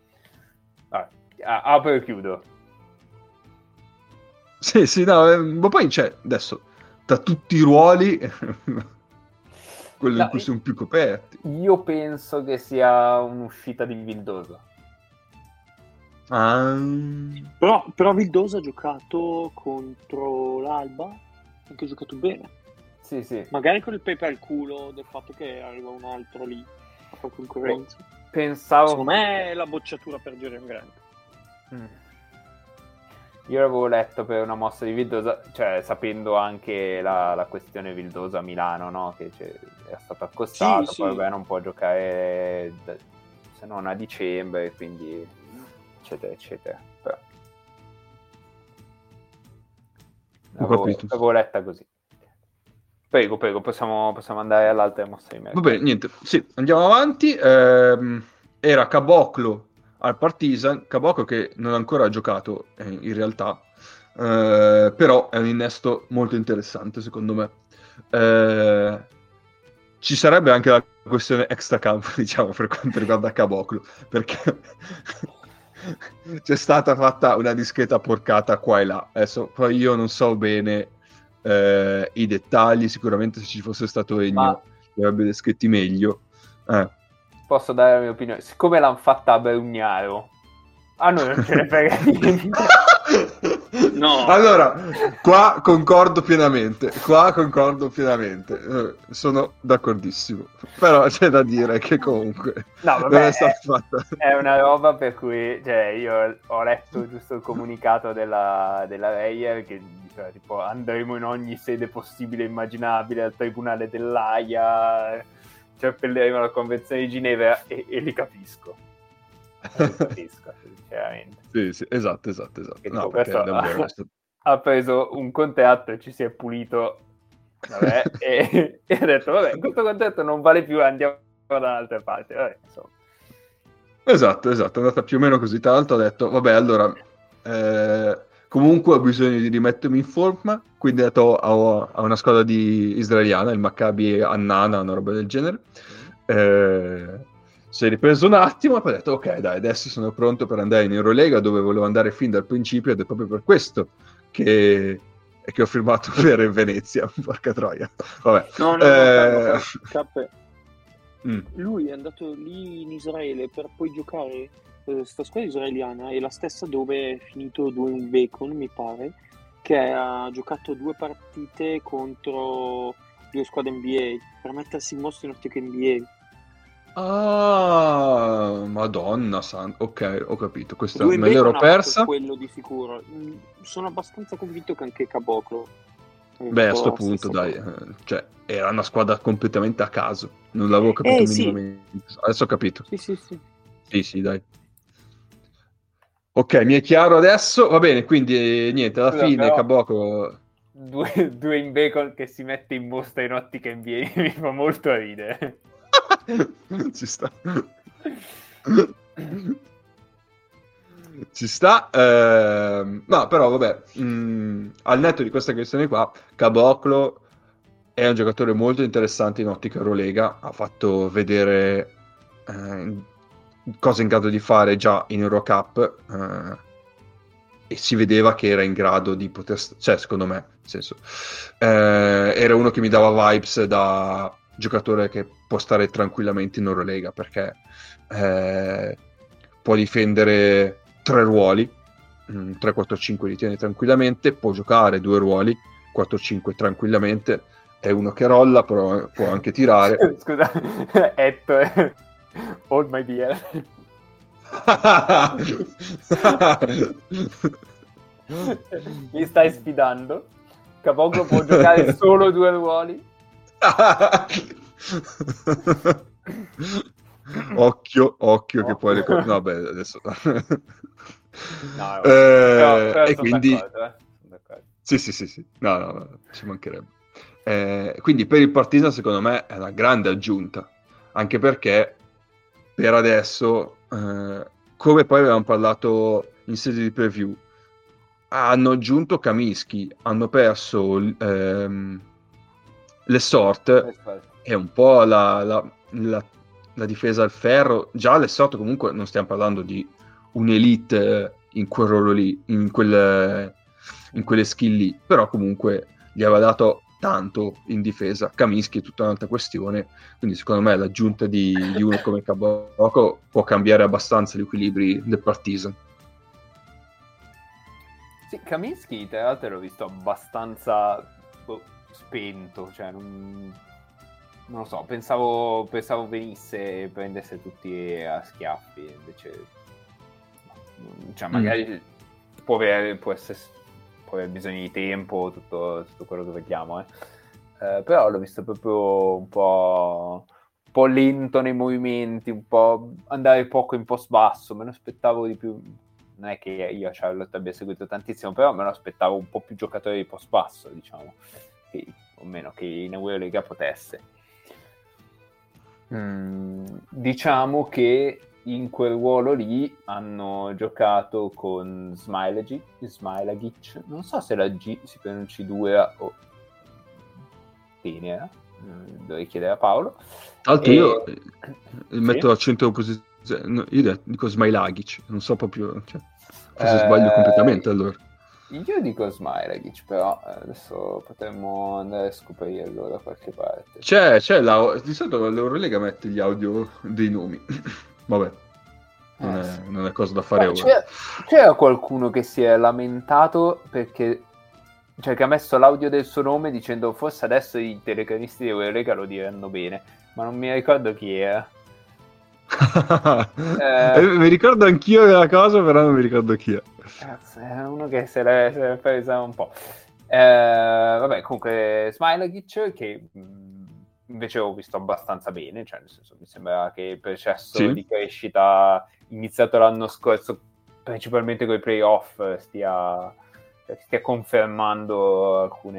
apro e chiudo. Sì, no, ma poi c'è adesso da tutti i ruoli quello in cui sono più coperti. Io penso che sia un'uscita di Vildosa. Però Vildosa ha giocato contro l'Alba, anche giocato bene. Sì. Magari con il pepe al culo del fatto che arriva un altro lì a fare concorrenza. Pensavo... Secondo me è la bocciatura per Jerian Grant. Io l'avevo letto per una mossa di Vildosa, cioè sapendo anche la questione Vildosa a Milano, no? Che è stato accostato, sì. Poi vabbè, non può giocare se non a dicembre, quindi eccetera. Però... L'avevo letta così. Prego, possiamo andare all'altra mossa di mercato. Vabbè, niente, sì, andiamo avanti. Era Caboclo al Partizan, Caboclo che non ha ancora giocato in realtà, però è un innesto molto interessante secondo me. Ci sarebbe anche la questione extracampo, diciamo, per quanto riguarda Caboclo, perché c'è stata fatta una discreta porcata qua e là. Adesso poi io non so bene i dettagli, sicuramente se ci fosse stato Ennio li avrebbe descritti meglio. Posso dare la mia opinione? Siccome l'hanno fatta a Brugnaro, a noi non ce ne frega niente. No. Allora, qua concordo pienamente. Sono d'accordissimo. Però c'è da dire che comunque non è stata fatta. È una roba per cui, cioè, io ho letto giusto il comunicato della Reyer che diceva tipo andremo in ogni sede possibile e immaginabile al tribunale dell'Aia, cioè appelleremo alla Convenzione di Ginevra e li capisco. Sinceramente. Sì, esatto. No, ha preso un contratto e ci si è pulito, vabbè, e ha detto vabbè, questo contratto non vale più, andiamo da un'altra parte, vabbè, insomma. Esatto, è andata più o meno così. Tanto ha detto vabbè, allora comunque ho bisogno di rimettermi in forma, quindi ha detto a una squadra israeliana, il Maccabi Annana, una roba del genere. Si è ripreso un attimo e poi ha detto ok dai, adesso sono pronto per andare in Eurolega, dove volevo andare fin dal principio, ed è proprio per questo che ho firmato per Venezia. Porca troia, vabbè. No, Cappe. Lui è andato lì in Israele per poi giocare questa squadra israeliana, è la stessa dove è finito Dwayne Bacon, mi pare, che ha giocato 2 partite contro 2 squadre NBA per mettersi in mostra in ottica NBA. Ah, Madonna santa, ok, ho capito. Questa Lui me l'ero persa. Quello di sicuro. Sono abbastanza convinto che anche Caboclo. Beh, a sto punto, dai, cioè, era una squadra completamente a caso. Non l'avevo capito minimamente. Sì. Adesso ho capito. Sì, dai. Ok, mi è chiaro adesso. Va bene, quindi niente, alla fine però... Caboclo... due in bacon che si mette in mostra in ottica NBA mi fa molto ridere. Ci sta. Ci sta, no, però vabbè, al netto di questa questione qua, Caboclo è un giocatore molto interessante in ottica Eurolega, ha fatto vedere cosa è in grado di fare già in Eurocup, e si vedeva che era in grado di poter, cioè secondo me, nel senso, era uno che mi dava vibes da giocatore che può stare tranquillamente in Eurolega, perché può difendere 3 ruoli, 3-4-5 li tiene tranquillamente, può giocare 2 ruoli, 4-5 tranquillamente, è uno che rolla, però può anche tirare. Scusa, Ettore, hold my beer. Mi stai sfidando? Caboclo può giocare solo 2 ruoli? Occhio che poi le cose... No, beh, adesso... No, però e sono quindi... d'accordo, sono d'accordo. Sì. No, ci mancherebbe. Quindi per il Partizan secondo me è una grande aggiunta, anche perché per adesso, come poi avevamo parlato in sede di preview, hanno aggiunto Kaminsky, hanno perso le sort, è un po' la difesa al ferro. Già le sort comunque non stiamo parlando di un'elite in quel ruolo lì, in quelle skill lì, però comunque gli aveva dato tanto in difesa. Kaminsky è tutta un'altra questione, quindi secondo me l'aggiunta di uno come Caboclo può cambiare abbastanza gli equilibri del Partizan. Sì, Kaminsky tra l'altro l'ho visto abbastanza spento, cioè non lo so, pensavo venisse e prendesse tutti a schiaffi, invece cioè magari può aver bisogno di tempo, tutto quello che vogliamo, però l'ho visto proprio un po' lento nei movimenti, un po' andare poco in post basso, me lo aspettavo di più. Non è che io Charlotte abbia seguito tantissimo, però me lo aspettavo un po' più giocatore di post basso, diciamo, o meno che in Eurolega potesse. Diciamo che in quel ruolo lì hanno giocato con Smilagic, non so se la G si pronunci 2 o bene, dovrei chiedere a Paolo. Io sì? metto l'accento in posizione, no, io dico Smilagic, non so proprio, cioè, forse sbaglio completamente allora. Io dico Smilagic, però adesso potremmo andare a scoprirlo da qualche parte. C'è di solito l'Eurolega mette gli audio dei nomi. Vabbè, non è cosa da fare ora. C'era qualcuno che si è lamentato perché, cioè, che ha messo l'audio del suo nome dicendo forse adesso i telecronisti di Eurolega lo diranno bene, ma non mi ricordo chi era. Mi ricordo anch'io della cosa, però non mi ricordo chi è. È uno che se l'è presa un po'. Vabbè, comunque Smilagic che invece ho visto abbastanza bene, cioè nel senso mi sembra che il processo di crescita iniziato l'anno scorso principalmente con i playoff stia confermando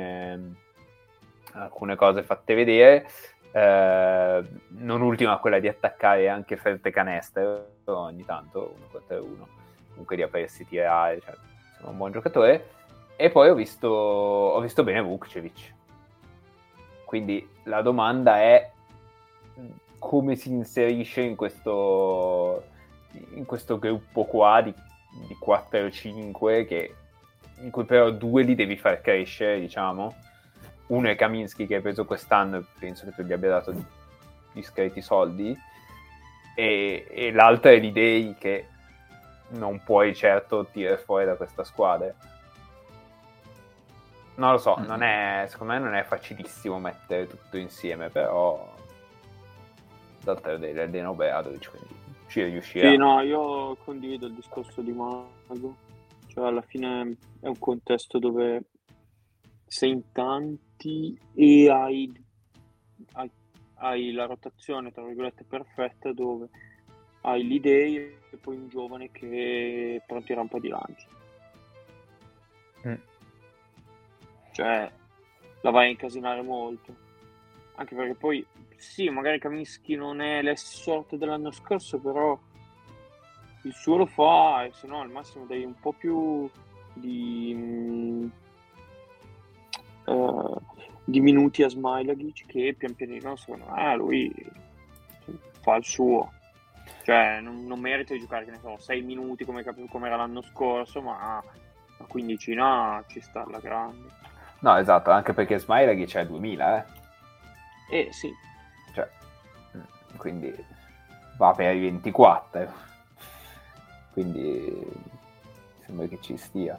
alcune cose fatte vedere, non ultima quella di attaccare anche ferte canestro ogni tanto 1-1, comunque di aprirsi tirare, cioè sembra un buon giocatore. E poi ho visto bene Vukcevic, quindi la domanda è come si inserisce in questo gruppo qua di 4 o 5 in cui però 2 li devi far crescere, diciamo. Uno è Kaminsky che hai preso quest'anno e penso che tu gli abbia dato discreti soldi, e l'altro è l'Idei che non puoi certo tirare fuori da questa squadra. Non lo so, secondo me non è facilissimo mettere tutto insieme, però d'altro dei Denobeadovic, quindi ci riuscirà. Sì, no, io condivido il discorso di Mago, cioè alla fine è un contesto dove sei in tanti e hai la rotazione tra virgolette perfetta, dove hai l'idea e poi un giovane che è pronto a rampa di lancio. cioè la vai a incasinare molto, anche perché poi sì, magari Kaminsky non è l'essorte dell'anno scorso, però il suo lo fa, e se no al massimo dai un po' più di minuti a Smilagic, che pian pianino secondo me lui fa il suo, cioè non merita di giocare, che ne so, 6 minuti come era l'anno scorso, ma a quindicina ci sta alla grande. No, esatto, anche perché Smilagic c'è 2000, Sì. Cioè, quindi va per i 24, quindi sembra che ci stia.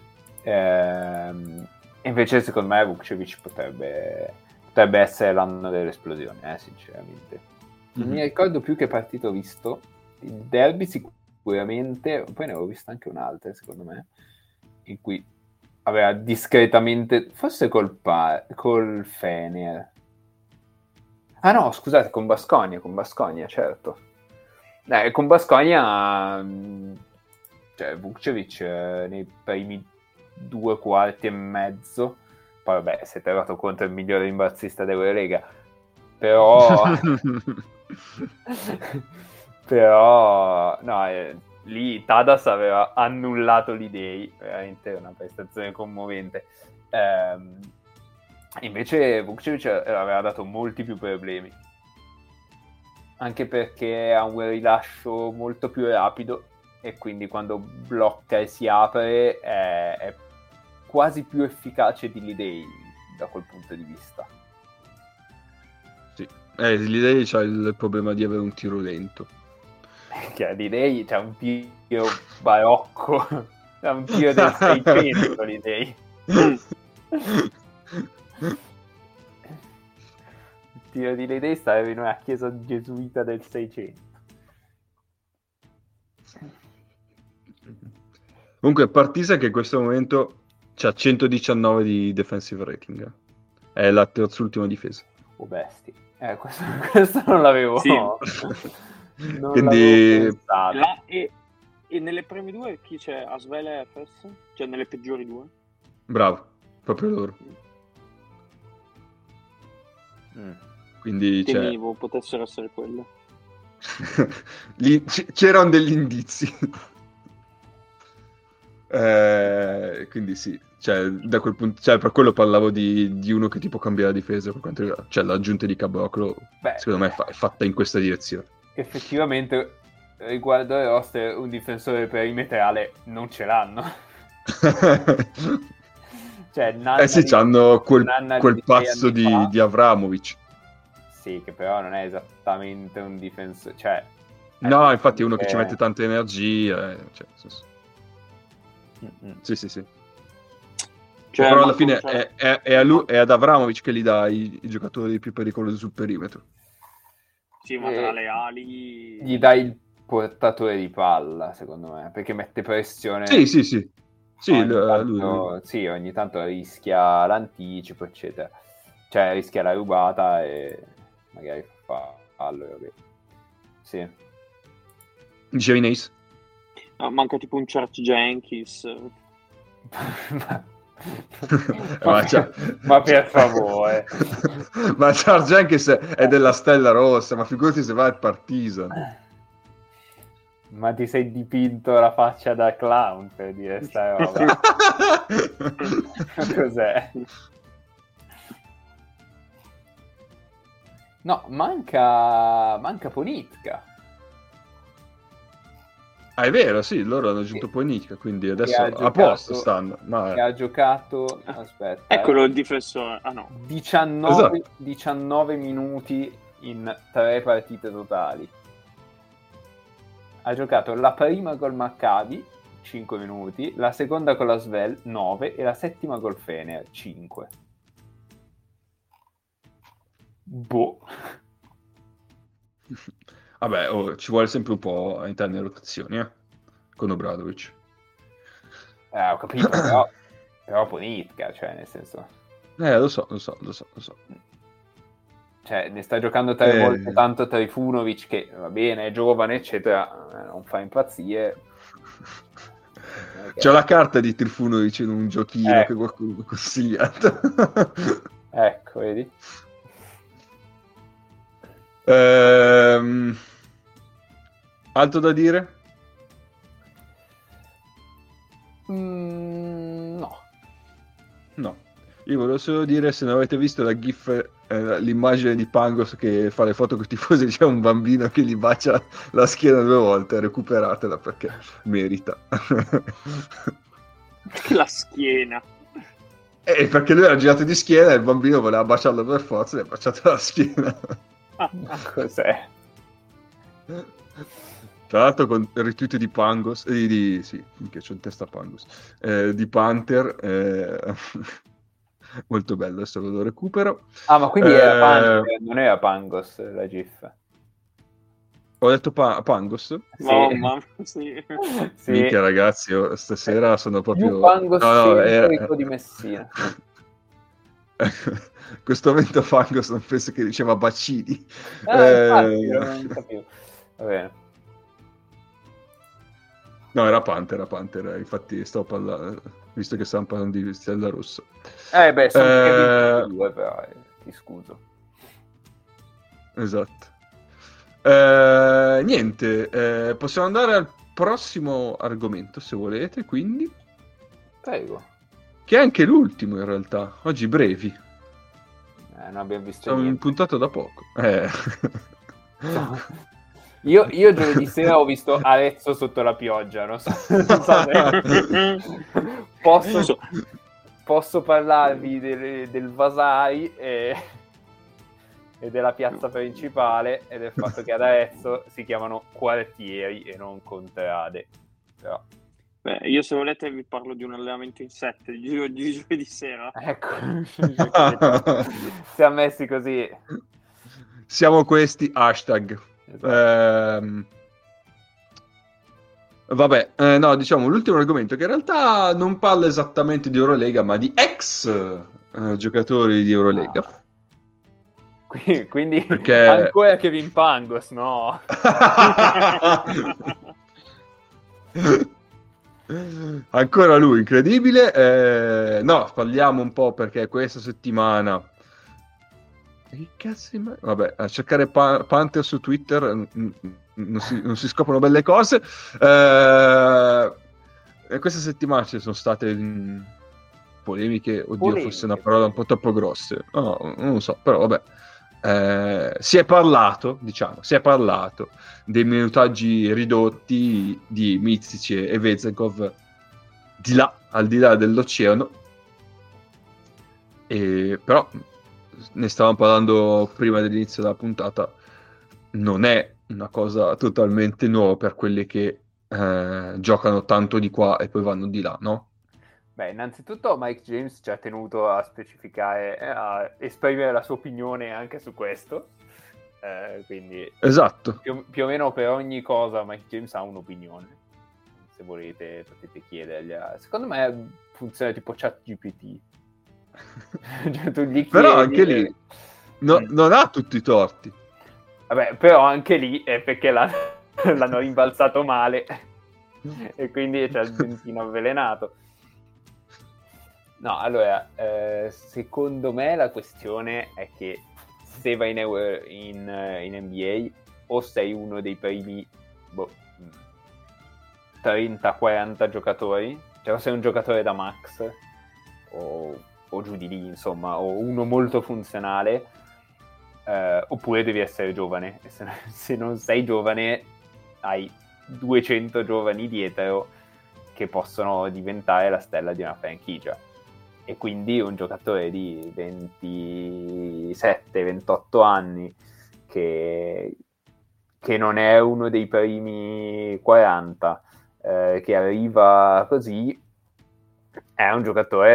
Invece secondo me Vukcevic potrebbe essere l'anno dell'esplosione, sinceramente. Non mi ricordo più che partito ho visto. Il derby sicuramente, poi ne avevo vista anche un'altra secondo me, in cui aveva discretamente, forse col Fener. Ah no, scusate, con Baskonia, certo. Con Baskonia, cioè Vukcevic nei primi 2 quarti e mezzo, poi vabbè, si è trovato contro il migliore rimbalzista dell'Eurolega, però no, lì Tadas aveva annullato l'idea, veramente una prestazione commovente. Invece Vukcevic aveva dato molti più problemi, anche perché ha un rilascio molto più rapido e quindi quando blocca e si apre è quasi più efficace di Lidei da quel punto di vista. Sì, Lidei c'ha il problema di avere un tiro lento. Che Lidei c'ha un tiro barocco, c'ha un tiro del 600 Lidei. Il tiro di Lidei stava in una chiesa gesuita del 600. Comunque Partisa che in questo momento c'ha 119 di defensive rating, è la terz'ultima difesa. Bestia. Questo non l'avevo. Sì. Non Quindi l'avevo pensato. E nelle prime 2 chi c'è? Asvel e Efes? Cioè nelle peggiori 2? Bravo, proprio loro. Quindi temevo potessero essere quelle. C'erano degli indizi. Quindi sì, cioè, da quel punto, cioè, per quello parlavo di uno che tipo cambia la difesa, per quanto riguarda, cioè l'aggiunta di Caboclo, secondo me è fatta in questa direzione. Effettivamente, riguardo ai roster, un difensore perimetrale non ce l'hanno. Cioè, sì, hanno quel pazzo di Avramovic. Sì, che però non è esattamente un difensore, cioè... No, infatti è uno che ci mette tante energie, cioè, sì. Sì. Cioè, però alla fine è ad Avramovic che gli dà i giocatori più pericolosi sul perimetro. Sì, ma tra le ali... Gli dai il portatore di palla, secondo me, perché mette pressione. Sì. Lui. Sì, ogni tanto rischia l'anticipo, eccetera. Cioè, rischia la rubata e magari fa fallo. Sì. Dicevi Nace? No, manca tipo un Church Jenkins. Ma per favore. Ma Church Jenkins è della Stella Rossa, ma figurati se va al Partizan. Ma ti sei dipinto la faccia da clown per dire sta roba? Cos'è? No, manca Ponitka. È vero, sì, loro hanno aggiunto Ponitka, quindi adesso a posto stanno. Che ha giocato, aspetta. Eccolo il difensore. Ah no. 19 minuti in 3 partite totali. Ha giocato la prima col Maccabi 5 minuti, la seconda con la Svel 9 e la settima col Fener 5. Boh. Vabbè, ci vuole sempre un po' a interne rotazioni, con Obradovic. Ho capito, però Ponitka, cioè nel senso... Lo so. Cioè, ne sta giocando 3 volte tanto Trifunovic, che va bene, è giovane, eccetera, non fa impazzire. C'è la carta di Trifunovic in un giochino che Ecco. qualcuno mi ha consigliato. Ecco, vedi? Altro da dire? No. No. Io volevo solo dire, se non avete visto la GIF, l'immagine di Pangos che fa le foto con i tifosi, c'è un bambino che gli bacia la schiena 2 volte, recuperatela perché merita. La schiena. E perché lui era girato di schiena e il bambino voleva baciarlo per forza e gli ha baciato la schiena. Cos'è? Tra l'altro con il retweet di Pangos, sì, che c'ho in testa Pangos, di Panther, molto bello, adesso lo recupero. Ah, ma quindi era Panther, non era Pangos la GIF. Ho detto Pangos? Sì. Mamma, sì. Sì. Minchia ragazzi, io stasera sono proprio... Più Pangos centrico di Messina. In questo momento Pangos non penso che diceva bacini. Infatti, non capivo. Va bene. No, era Panther, infatti stavo parlando, visto che stiamo parlando di Stella Rossa. Beh, sono due, però, ti scuso. Esatto. Niente, possiamo andare al prossimo argomento, se volete, quindi. Prego. Che è anche l'ultimo, in realtà. Oggi brevi. Non abbiamo visto Siamo niente. puntato da poco. Io giovedì sera ho visto Arezzo sotto la pioggia, non so se... posso parlarvi del Vasari e della piazza principale e del fatto che ad Arezzo si chiamano quartieri e non contrade. Però... Beh, io se volete vi parlo di un allenamento in 7 di giovedì sera. Ecco, siamo messi così. Siamo questi, hashtag. Esatto. Vabbè, no, diciamo l'ultimo argomento che in realtà non parla esattamente di Eurolega, ma di ex giocatori di Eurolega. Quindi Perché... ancora Kevin Pangos, no? Ancora lui, incredibile. No, parliamo un po' perché questa settimana... Che cazzo vabbè, a cercare Panther su Twitter non si scoprono belle cose. Questa settimana ci sono state polemiche, forse una parola un po' troppo grosse. No, non lo so, però vabbè. Si è parlato dei minutaggi ridotti di Micic e Vezekov al di là dell'oceano. Però ne stavamo parlando prima dell'inizio della puntata, non è una cosa totalmente nuova per quelli che giocano tanto di qua e poi vanno di là, no? Beh, innanzitutto Mike James ci ha tenuto a specificare, a esprimere la sua opinione anche su questo, quindi esatto. Più o meno per ogni cosa Mike James ha un'opinione, se volete potete chiedergli. Secondo me funziona tipo ChatGPT. Cioè, tu gli però chiedi, anche lì non ha tutti i torti. Vabbè, però anche lì è perché l'hanno rimbalzato male e quindi c'è il dentino avvelenato. No, allora, secondo me la questione è che se vai in NBA o sei uno dei primi 30-40 giocatori, cioè o sei un giocatore da max o giù di lì, insomma, o uno molto funzionale, oppure devi essere giovane. E se non sei giovane hai 200 giovani dietro che possono diventare la stella di una franchigia. E quindi un giocatore di 27-28 anni che non è uno dei primi 40, che arriva così, è un giocatore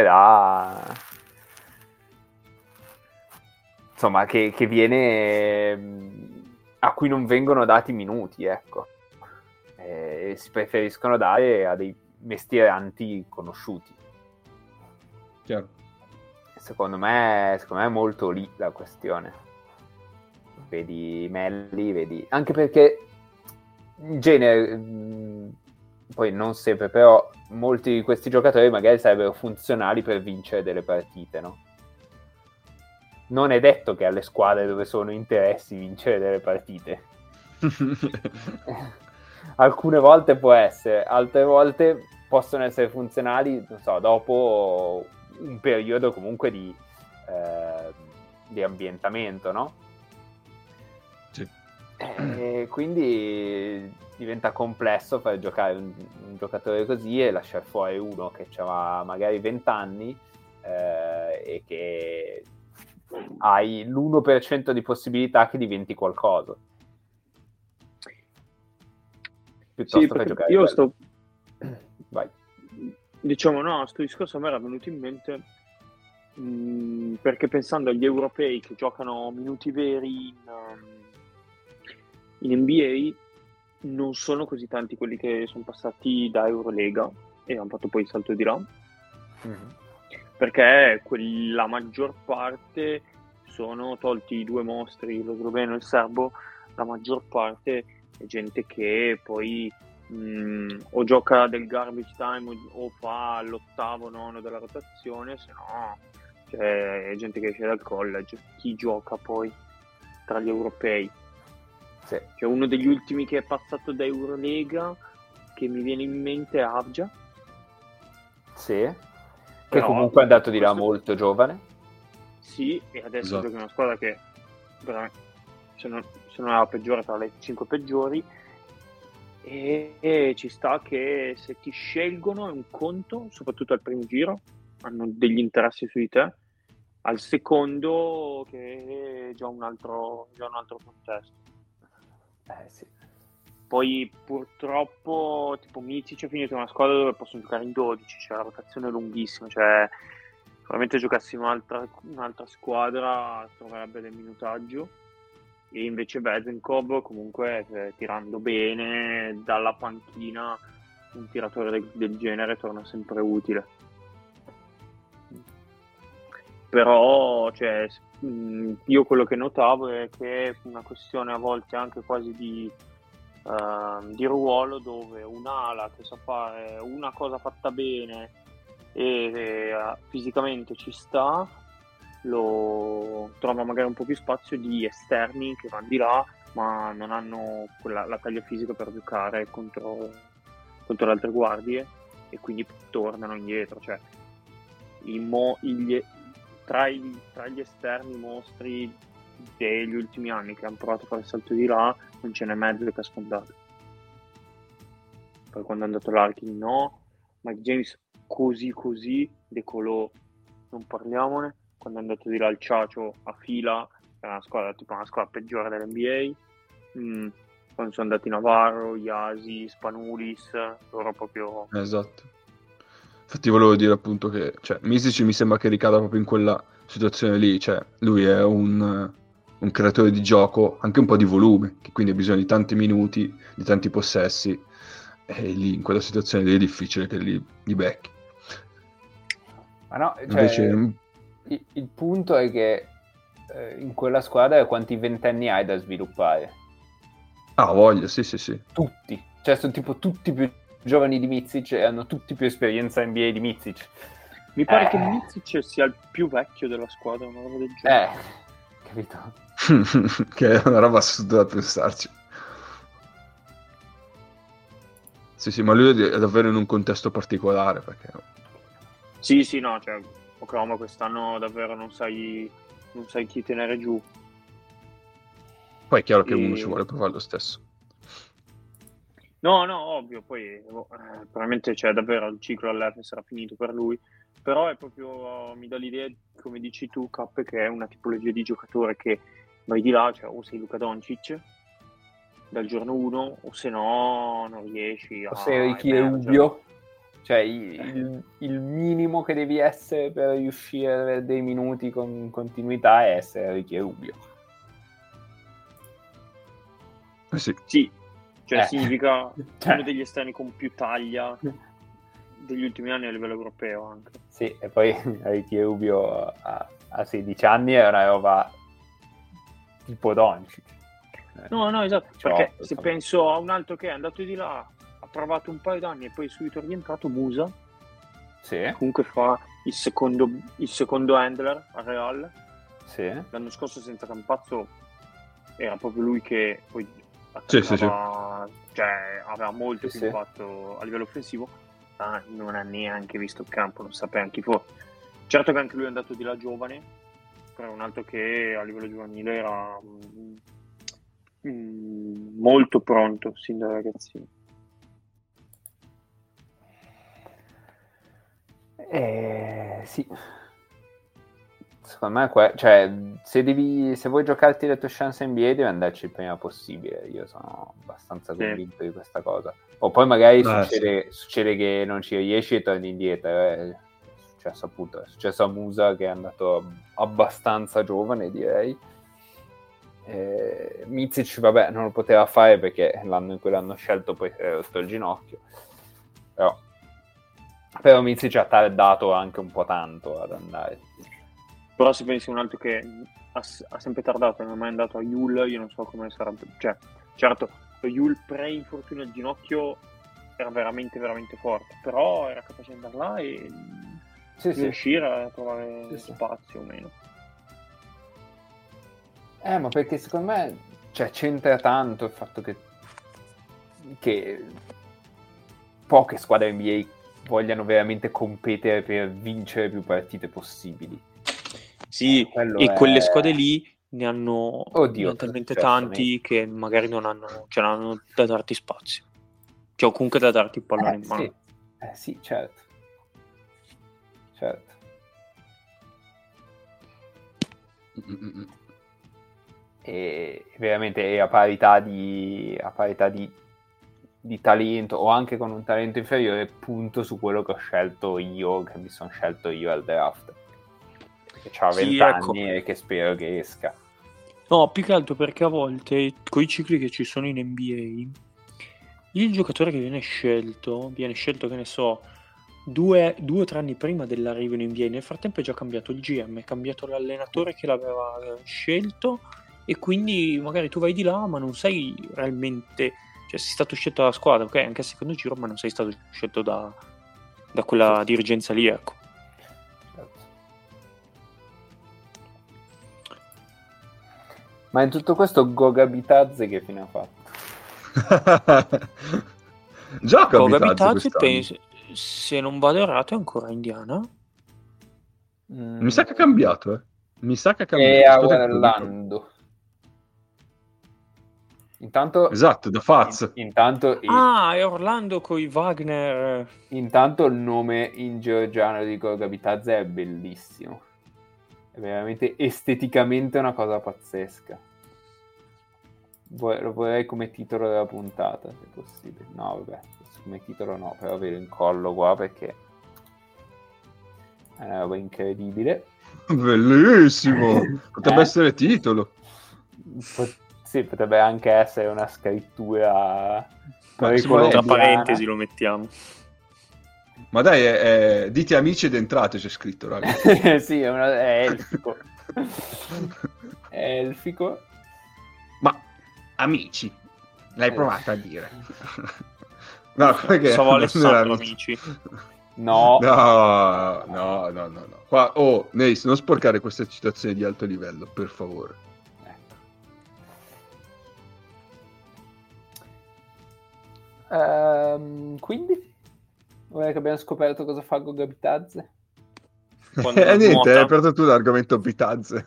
insomma che viene, a cui non vengono dati minuti, ecco, e si preferiscono dare a dei mestieranti conosciuti. Chiaro. Secondo me è molto lì la questione. Vedi Melli, vedi anche perché in genere poi non sempre, però molti di questi giocatori magari sarebbero funzionali per vincere delle partite, no? Non è detto che alle squadre dove sono interessi vincere delle partite. Alcune volte può essere, altre volte possono essere funzionali, non so, dopo un periodo comunque di ambientamento, no? Sì. Quindi diventa complesso far giocare un giocatore così e lasciare fuori uno che ha magari 20 anni e che hai l'1% di possibilità che diventi qualcosa. Piuttosto che giocare io sto... Vai. Diciamo, no, sto discorso a me era venuto in mente perché pensando agli europei che giocano minuti veri in NBA, non sono così tanti quelli che sono passati da Eurolega e hanno fatto poi il salto di là. Mm-hmm. Perché la maggior parte sono, tolti i due mostri, lo sloveno e il serbo, la maggior parte è gente che poi o gioca del garbage time o fa l'8º, 9 della rotazione, se no è gente che esce dal college. Chi gioca poi tra gli europei? Sì. Cioè, uno degli ultimi che è passato da Eurolega che mi viene in mente è Avgia. Sì, che però, comunque è andato di là molto giovane. Sì, e adesso gioca in una squadra che veramente, se non è la peggiore tra le 5 peggiori, e ci sta che se ti scelgono è un conto, soprattutto al primo giro, hanno degli interessi su di te, al secondo che è già un altro contesto. Sì. Poi purtroppo tipo Micic è finito in una squadra dove possono giocare in 12, cioè la rotazione è lunghissima, cioè probabilmente giocassi in un'altra squadra troverebbe del minutaggio, e invece Vezenkov comunque tirando bene dalla panchina un tiratore del genere torna sempre utile. Però cioè, io quello che notavo è che è una questione a volte anche quasi di ruolo, dove un'ala che sa fare una cosa fatta bene e fisicamente ci sta, lo trova magari un po' più spazio di esterni che vanno di là ma non hanno la taglia fisica per giocare contro le altre guardie, e quindi tornano indietro. Cioè tra gli esterni mostri degli ultimi anni che hanno provato a fare il salto di là non ce n'è mezzo che ha sfondato. Poi quando è andato l'Arkin no, Mike James così, De Colo non parliamone. Quando è andato di là il Ciacio a fila, era una squadra peggiore dell'NBA. Quando sono andati Navarro, Iasi, Spanulis, loro proprio... Esatto. Infatti volevo dire appunto che Misic mi sembra che ricada proprio in quella situazione lì, cioè lui è un creatore di gioco, anche un po' di volume, che quindi ha bisogno di tanti minuti, di tanti possessi, e lì in quella situazione lì è difficile che li becchi. Ma no, invece... il punto è che in quella squadra quanti ventenni hai da sviluppare? Ah, voglia, sì. Tutti, cioè sono tipo tutti più giovani di Micic e hanno tutti più esperienza NBA di Micic. Mi pare che Micic sia il più vecchio della squadra, una roba del genere. Capito? Che è una roba assurda da pensarci. Sì, ma lui è davvero in un contesto particolare, perché... Sì, no, cioè, Oklahoma quest'anno davvero non sai chi tenere giù. Poi è chiaro che uno ci vuole provare lo stesso. No, ovvio, poi probabilmente davvero il ciclo all'F sarà finito per lui, però è proprio, mi dà l'idea, come dici tu, Cap, che è una tipologia di giocatore che vai di là, cioè o sei Luka Doncic dal giorno 1, o se no non riesci a... O sei Ricky Rubio, cioè il minimo che devi essere per riuscire ad avere dei minuti con continuità è essere Ricky Rubio. Sì. Cioè significa uno degli esterni con più taglia degli ultimi anni a livello europeo anche. Sì, e poi Ricky Rubio a 16 anni è una roba tipo Doncic. No, esatto, perché se penso a un altro che è andato di là, ha provato un paio d'anni e poi è subito rientrato Musa, Sì, comunque fa il secondo handler a Real. sì. L'anno scorso senza Campazzo era proprio lui che poi Sì, attaccava, cioè aveva molto Sì, più sì. impatto a livello offensivo, ma non ha neanche visto il campo, non sapeva chi fosse. Certo che anche lui è andato di là giovane, però è un altro che a livello giovanile era molto pronto sin da ragazzino. Sì. Secondo me, cioè, se vuoi giocarti le tue chance NBA devi andarci il prima possibile. Io sono abbastanza convinto di questa cosa. O poi magari succede che non ci riesci e torni indietro. È successo appunto, è successo a Musa che è andato abbastanza giovane, direi. Micic, vabbè, non lo poteva fare perché l'anno in cui l'hanno scelto poi si è rotto il ginocchio. Però Micic ha tardato anche un po' tanto ad andare. Però se pensi un altro che ha sempre tardato, non è mai andato a Yul, io non so come sarebbe. Cioè, certo, lo Yul pre-infortunio al ginocchio era veramente, veramente forte, però era capace di andare là e riuscire a trovare spazio o meno. Ma perché secondo me c'entra tanto il fatto che poche squadre NBA vogliano veramente competere per vincere più partite possibili. Sì, e quelle squadre lì ne hanno talmente tanti che magari non hanno da darti spazio. Cioè, comunque da darti il pallone in mano. Sì, certo. E veramente a parità di talento o anche con un talento inferiore, punto su quello che ho scelto io, che mi sono scelto io al draft, che ha 20 anni e che spero che esca. No, più che altro perché a volte con i cicli che ci sono in NBA il giocatore che viene scelto che ne so 2 o 3 anni prima dell'arrivo in NBA, nel frattempo è già cambiato il GM, è cambiato l'allenatore che l'aveva scelto e quindi magari tu vai di là ma non sei realmente, cioè sei stato scelto dalla squadra, ok, anche al secondo giro, ma non sei stato scelto da quella dirigenza lì, ecco. Ma in tutto questo Goga Bitadze che fine ha fatto? Gioca Goga Bitadze, penso, se non vado errato è ancora Indiana. Mi sa che ha cambiato, è a Orlando. Intanto esatto, da Faz. È Orlando con i Wagner. Intanto il nome in georgiano di Goga Bitadze è bellissimo, è veramente esteticamente una cosa pazzesca. Lo vorrei come titolo della puntata, se possibile. No, vabbè, come titolo no, però ve lo incollo qua perché è una roba incredibile. Bellissimo! Potrebbe essere titolo. Sì, potrebbe anche essere una scrittura tra parentesi lo mettiamo. Ma dai, dite amici ed entrate, c'è scritto, raga. Sì, è elfico. È elfico. Ma amici, l'hai provato a dire? No, perché stavo Alessandro, amici. No. Qua, Neis, non sporcare queste citazioni di alto livello, per favore. Quindi? Ora che abbiamo scoperto cosa fa Goga Bitadze? Niente, hai aperto tu l'argomento Bitadze.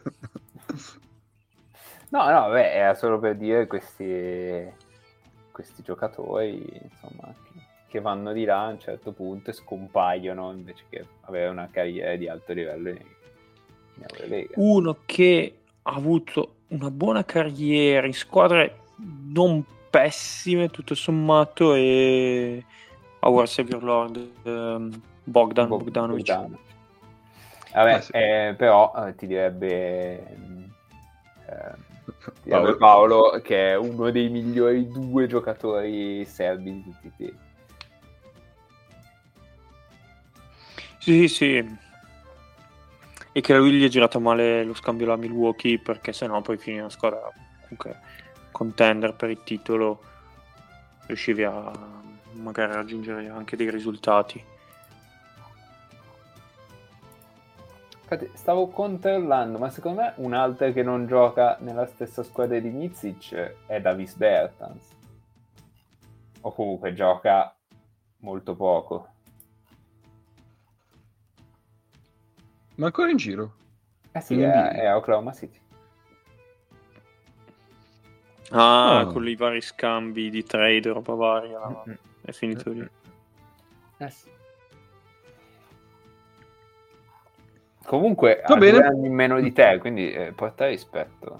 No, vabbè, era solo per dire questi giocatori, insomma, che vanno di là a un certo punto e scompaiono invece che avere una carriera di alto livello in Eurolega. Uno che ha avuto una buona carriera in squadre non pessime tutto sommato è Our Savior Lord Bogdanovic. Vabbè, sì. Però ti direbbe Paolo che è uno dei migliori 2 giocatori serbi di tutti i tempi. Sì. E che lui gli è girato male lo scambio alla Milwaukee, perché sennò poi finiva la squadra comunque contender per il titolo, riuscivi a magari raggiungere anche dei risultati. Infatti, stavo controllando, ma secondo me un altro che non gioca nella stessa squadra di Micic è Davis Bertans. O comunque gioca molto poco. Ma ancora in giro? Eh sì, In NBA? è Oklahoma City. Con i vari scambi di trade, roba varia, è finito lì. Sì. Comunque Va ha bene. 2 anni in meno di te, quindi porta rispetto.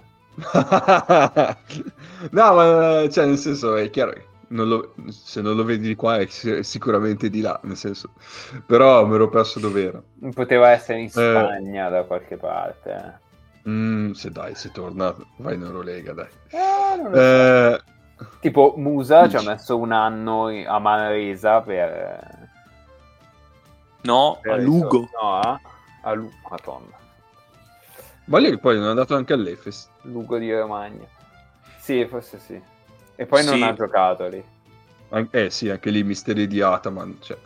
No, ma cioè, nel senso, è chiaro che se non lo vedi di qua è sicuramente di là, nel senso. Però me l'ho perso dov'era. Poteva essere in Spagna da qualche parte. Se torna, vai in Eurolega, dai. Non lo so. Tipo Musa ci ha messo un anno a Manresa per... No, a Lugo. No, a Lugo, Madonna. Ma lì poi non è andato anche all'Efes. Lugo di Romagna. Sì, forse sì. E poi non ha giocato lì. Sì, anche lì misteri di Ataman. Cioè.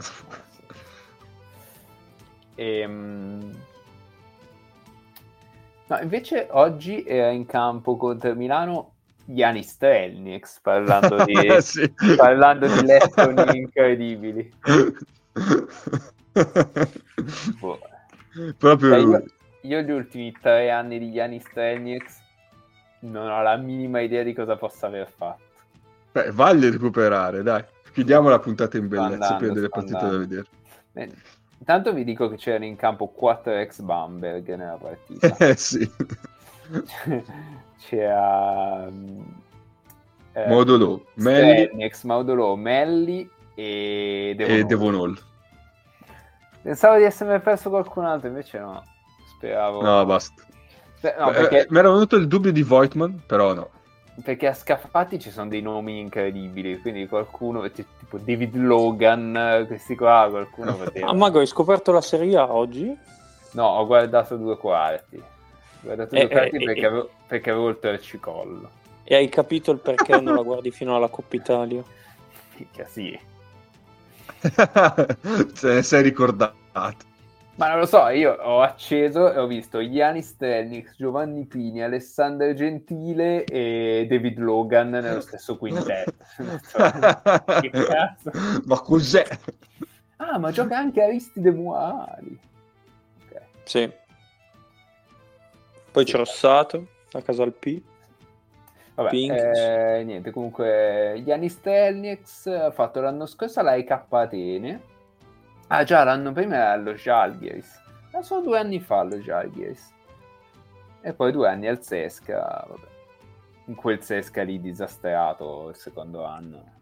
No, invece oggi era in campo contro Milano Giannis Strelnieks parlando di parlando di lettoni incredibili. Boh. Proprio lui. Io gli ultimi 3 anni di Giannis Strelnieks non ho la minima idea di cosa possa aver fatto. Beh, vale recuperare, dai. Chiudiamo la puntata in bellezza per delle partite da vedere. Intanto vi dico che c'erano in campo 4 ex Bamberg nella partita. Sì. C'era Modolo, Modolo, Melli e Devon Hall. Pensavo di essermi perso qualcun altro, invece no. Speravo. No, basta. No, perché... mi era venuto il dubbio di Voigtman, però no. Perché a Scafati ci sono dei nomi incredibili, quindi qualcuno, tipo David Logan, questi qua, qualcuno poteva... Mago, hai scoperto la Serie A oggi? No, ho guardato 2 quarti. Perché avevo il torcicollo. E hai capito il perché non la guardi fino alla Coppa Italia? Mica sì. Se ne sei ricordato. Ma non lo so, io ho acceso e ho visto Giannis Strelnieks, Giovanni Pini, Alessandro Gentile e David Logan nello stesso quintetto. Che cazzo? Ma cos'è? Ah, ma gioca anche Aristide Muari. Okay. Sì. Poi c'è Rossato, a Casal P. Vabbè, niente, comunque Giannis Strelnieks ha fatto l'anno scorso la EK Atene. Ah già, l'anno prima era allo Žalgiris. Solo 2 anni fa allo Žalgiris. E poi 2 anni al CSKA, vabbè. In quel CSKA lì disastrato il secondo anno.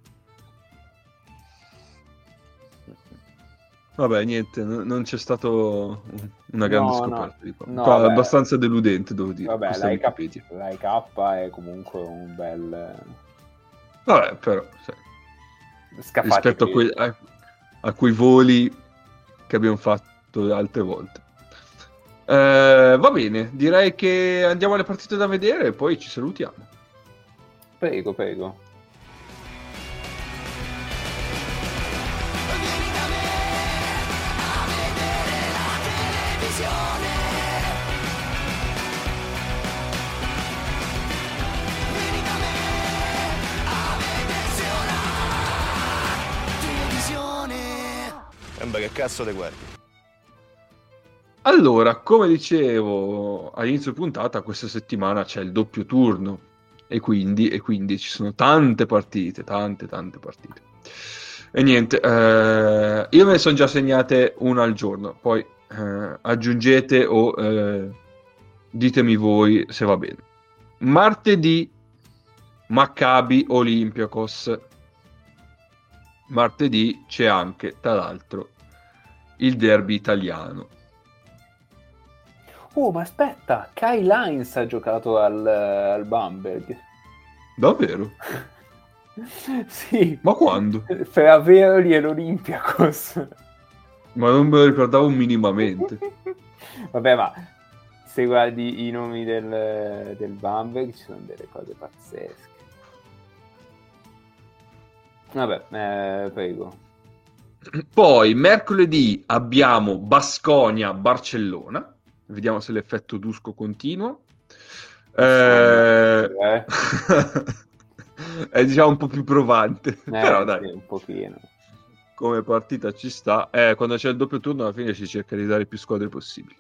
Vabbè, niente, non c'è stato una grande scoperta. No, abbastanza deludente, devo dire. Vabbè, la EK è comunque un bel... Vabbè, però... Scafati rispetto a quei voli che abbiamo fatto altre volte. Va bene, direi che andiamo alle partite da vedere e poi ci salutiamo. Prego. Vieni da me a vedere la televisione. Vieni da me a vedersi una televisione. Beh, che cazzo te guardi? Allora, come dicevo all'inizio puntata, questa settimana c'è il doppio turno e quindi ci sono tante partite. E niente, io me ne sono già segnate una al giorno, poi aggiungete o ditemi voi se va bene. Martedì Maccabi Olympiacos. Martedì c'è anche, tra l'altro, il derby italiano. Ma aspetta, Kai Lines ha giocato al Bamberg. Davvero? Sì. Ma quando? Fra Veroli e l'Olympiacos. Ma non me lo ricordavo minimamente. Vabbè, ma se guardi i nomi del Bamberg ci sono delle cose pazzesche. Vabbè, prego. Poi mercoledì abbiamo Baskonia-Barcellona. Vediamo se l'effetto Dusko continua. È diciamo un po' più provante, però dai, Sì, un pochino. come partita ci sta. Quando c'è il doppio turno alla fine si cerca di dare più squadre possibili.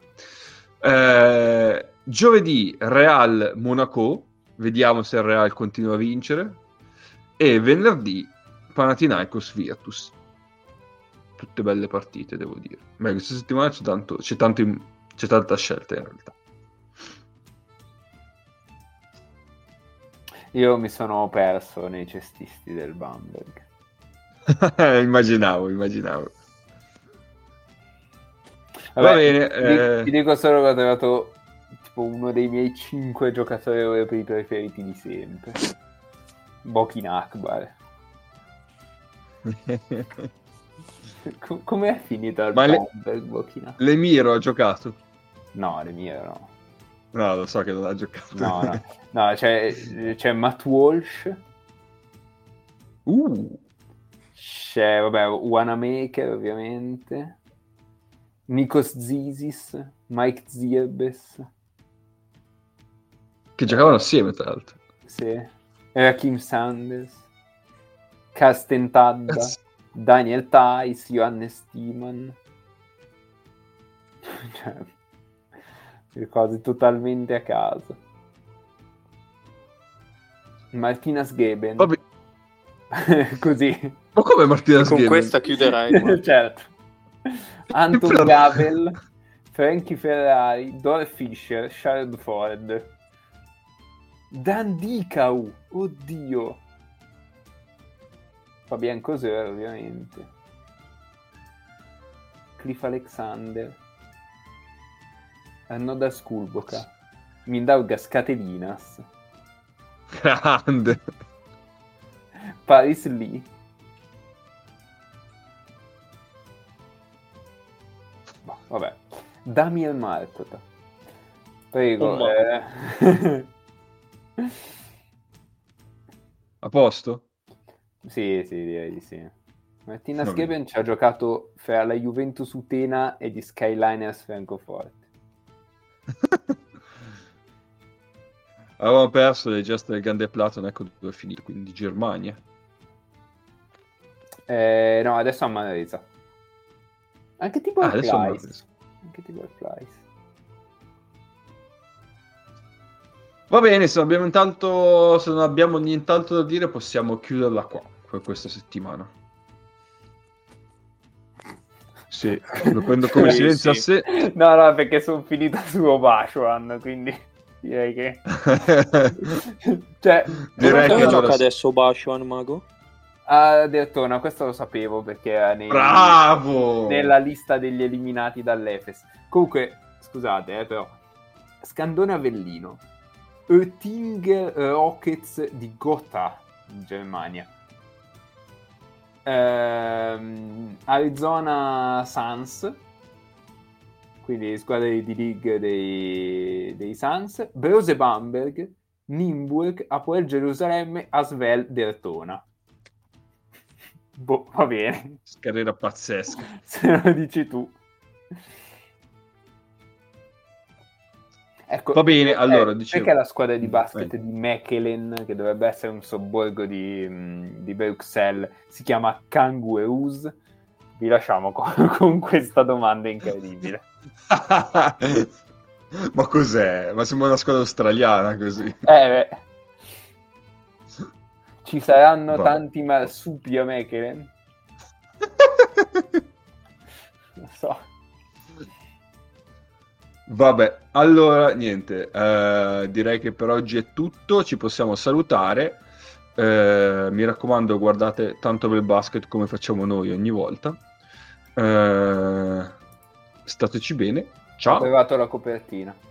Giovedì Real Monaco, vediamo se il Real continua a vincere, e venerdì Panathinaikos Virtus. Tutte belle partite, devo dire. Ma questa settimana c'è tanta scelta in realtà. Io mi sono perso nei cestisti del Bamberg. immaginavo. Vabbè, Va bene. ti dico solo che ho trovato tipo uno dei miei 5 giocatori europei preferiti di sempre. Bokin Akbar. Com'è finito il Bamberg, Bokin Akbar? Lemiro ha giocato? No, Lemiro no. No, lo so che non ha giocato. No, c'è Matt Walsh. C'è, vabbè, Wanamaker, ovviamente. Nikos Zizis, Mike Ziebes. Che giocavano assieme, tra l'altro. Sì. Rakim Sanders. Carsten Tadda. Daniel Theiss, Johannes Thiemann. Cioè, cose totalmente a caso. Martinas Geben. Vabbè. Così. Ma come Martinas Con Geben? questa chiuderai. Certo. Anton Gavel, Frankie Ferrari, Dor Fischer, Shard Ford, Dan Dicau, oddio, Fabian Coser, ovviamente, Cliff Alexander, Arnoda Skulboka, Mindaugas Catelinas, Grande. Paris Lee. Vabbè, Damian Markota. Prego. A posto? Sì, direi di sì. Martinas Geben ci ha giocato fra la Juventus Utena e gli Skyliners Francoforte. Avevamo perso le gesta del Grande Platon, ecco dove è finito, quindi Germania. No, adesso a Manresa. Anche tipo il adesso Flies. Anche tipo il Flies. Va bene, se non abbiamo nient'altro da dire, possiamo chiuderla qua per questa settimana. Sì, lo prendo come silenzio a sé. No, perché sono finito su Obashuan, quindi direi che... cioè, direi che gioca adesso Bashuan, Mago? Ah, Dertona, questo lo sapevo perché era bravo! Nella lista degli eliminati dall'Efes. Comunque, scusate, però Scandone Avellino, Oettinger Rockets di Gotha in Germania, Arizona Suns, quindi squadre di league dei Suns, Brose Bamberg, Nimburg, Apoel Gerusalemme, Asvel Dertona. Boh, va bene. Carriera pazzesca. Se lo dici tu. Ecco, va bene, allora dicevo. Perché la squadra di basket di Mechelen, che dovrebbe essere un sobborgo di Bruxelles, si chiama Kangaroos? Vi lasciamo con questa domanda incredibile. Ma cos'è? Ma sembra una squadra australiana così. Ci saranno tanti marsupi a Mechelen? Non so. Vabbè, allora niente, direi che per oggi è tutto, ci possiamo salutare. Mi raccomando, guardate tanto bel basket come facciamo noi ogni volta. Stateci bene, ciao. Ho provato la copertina.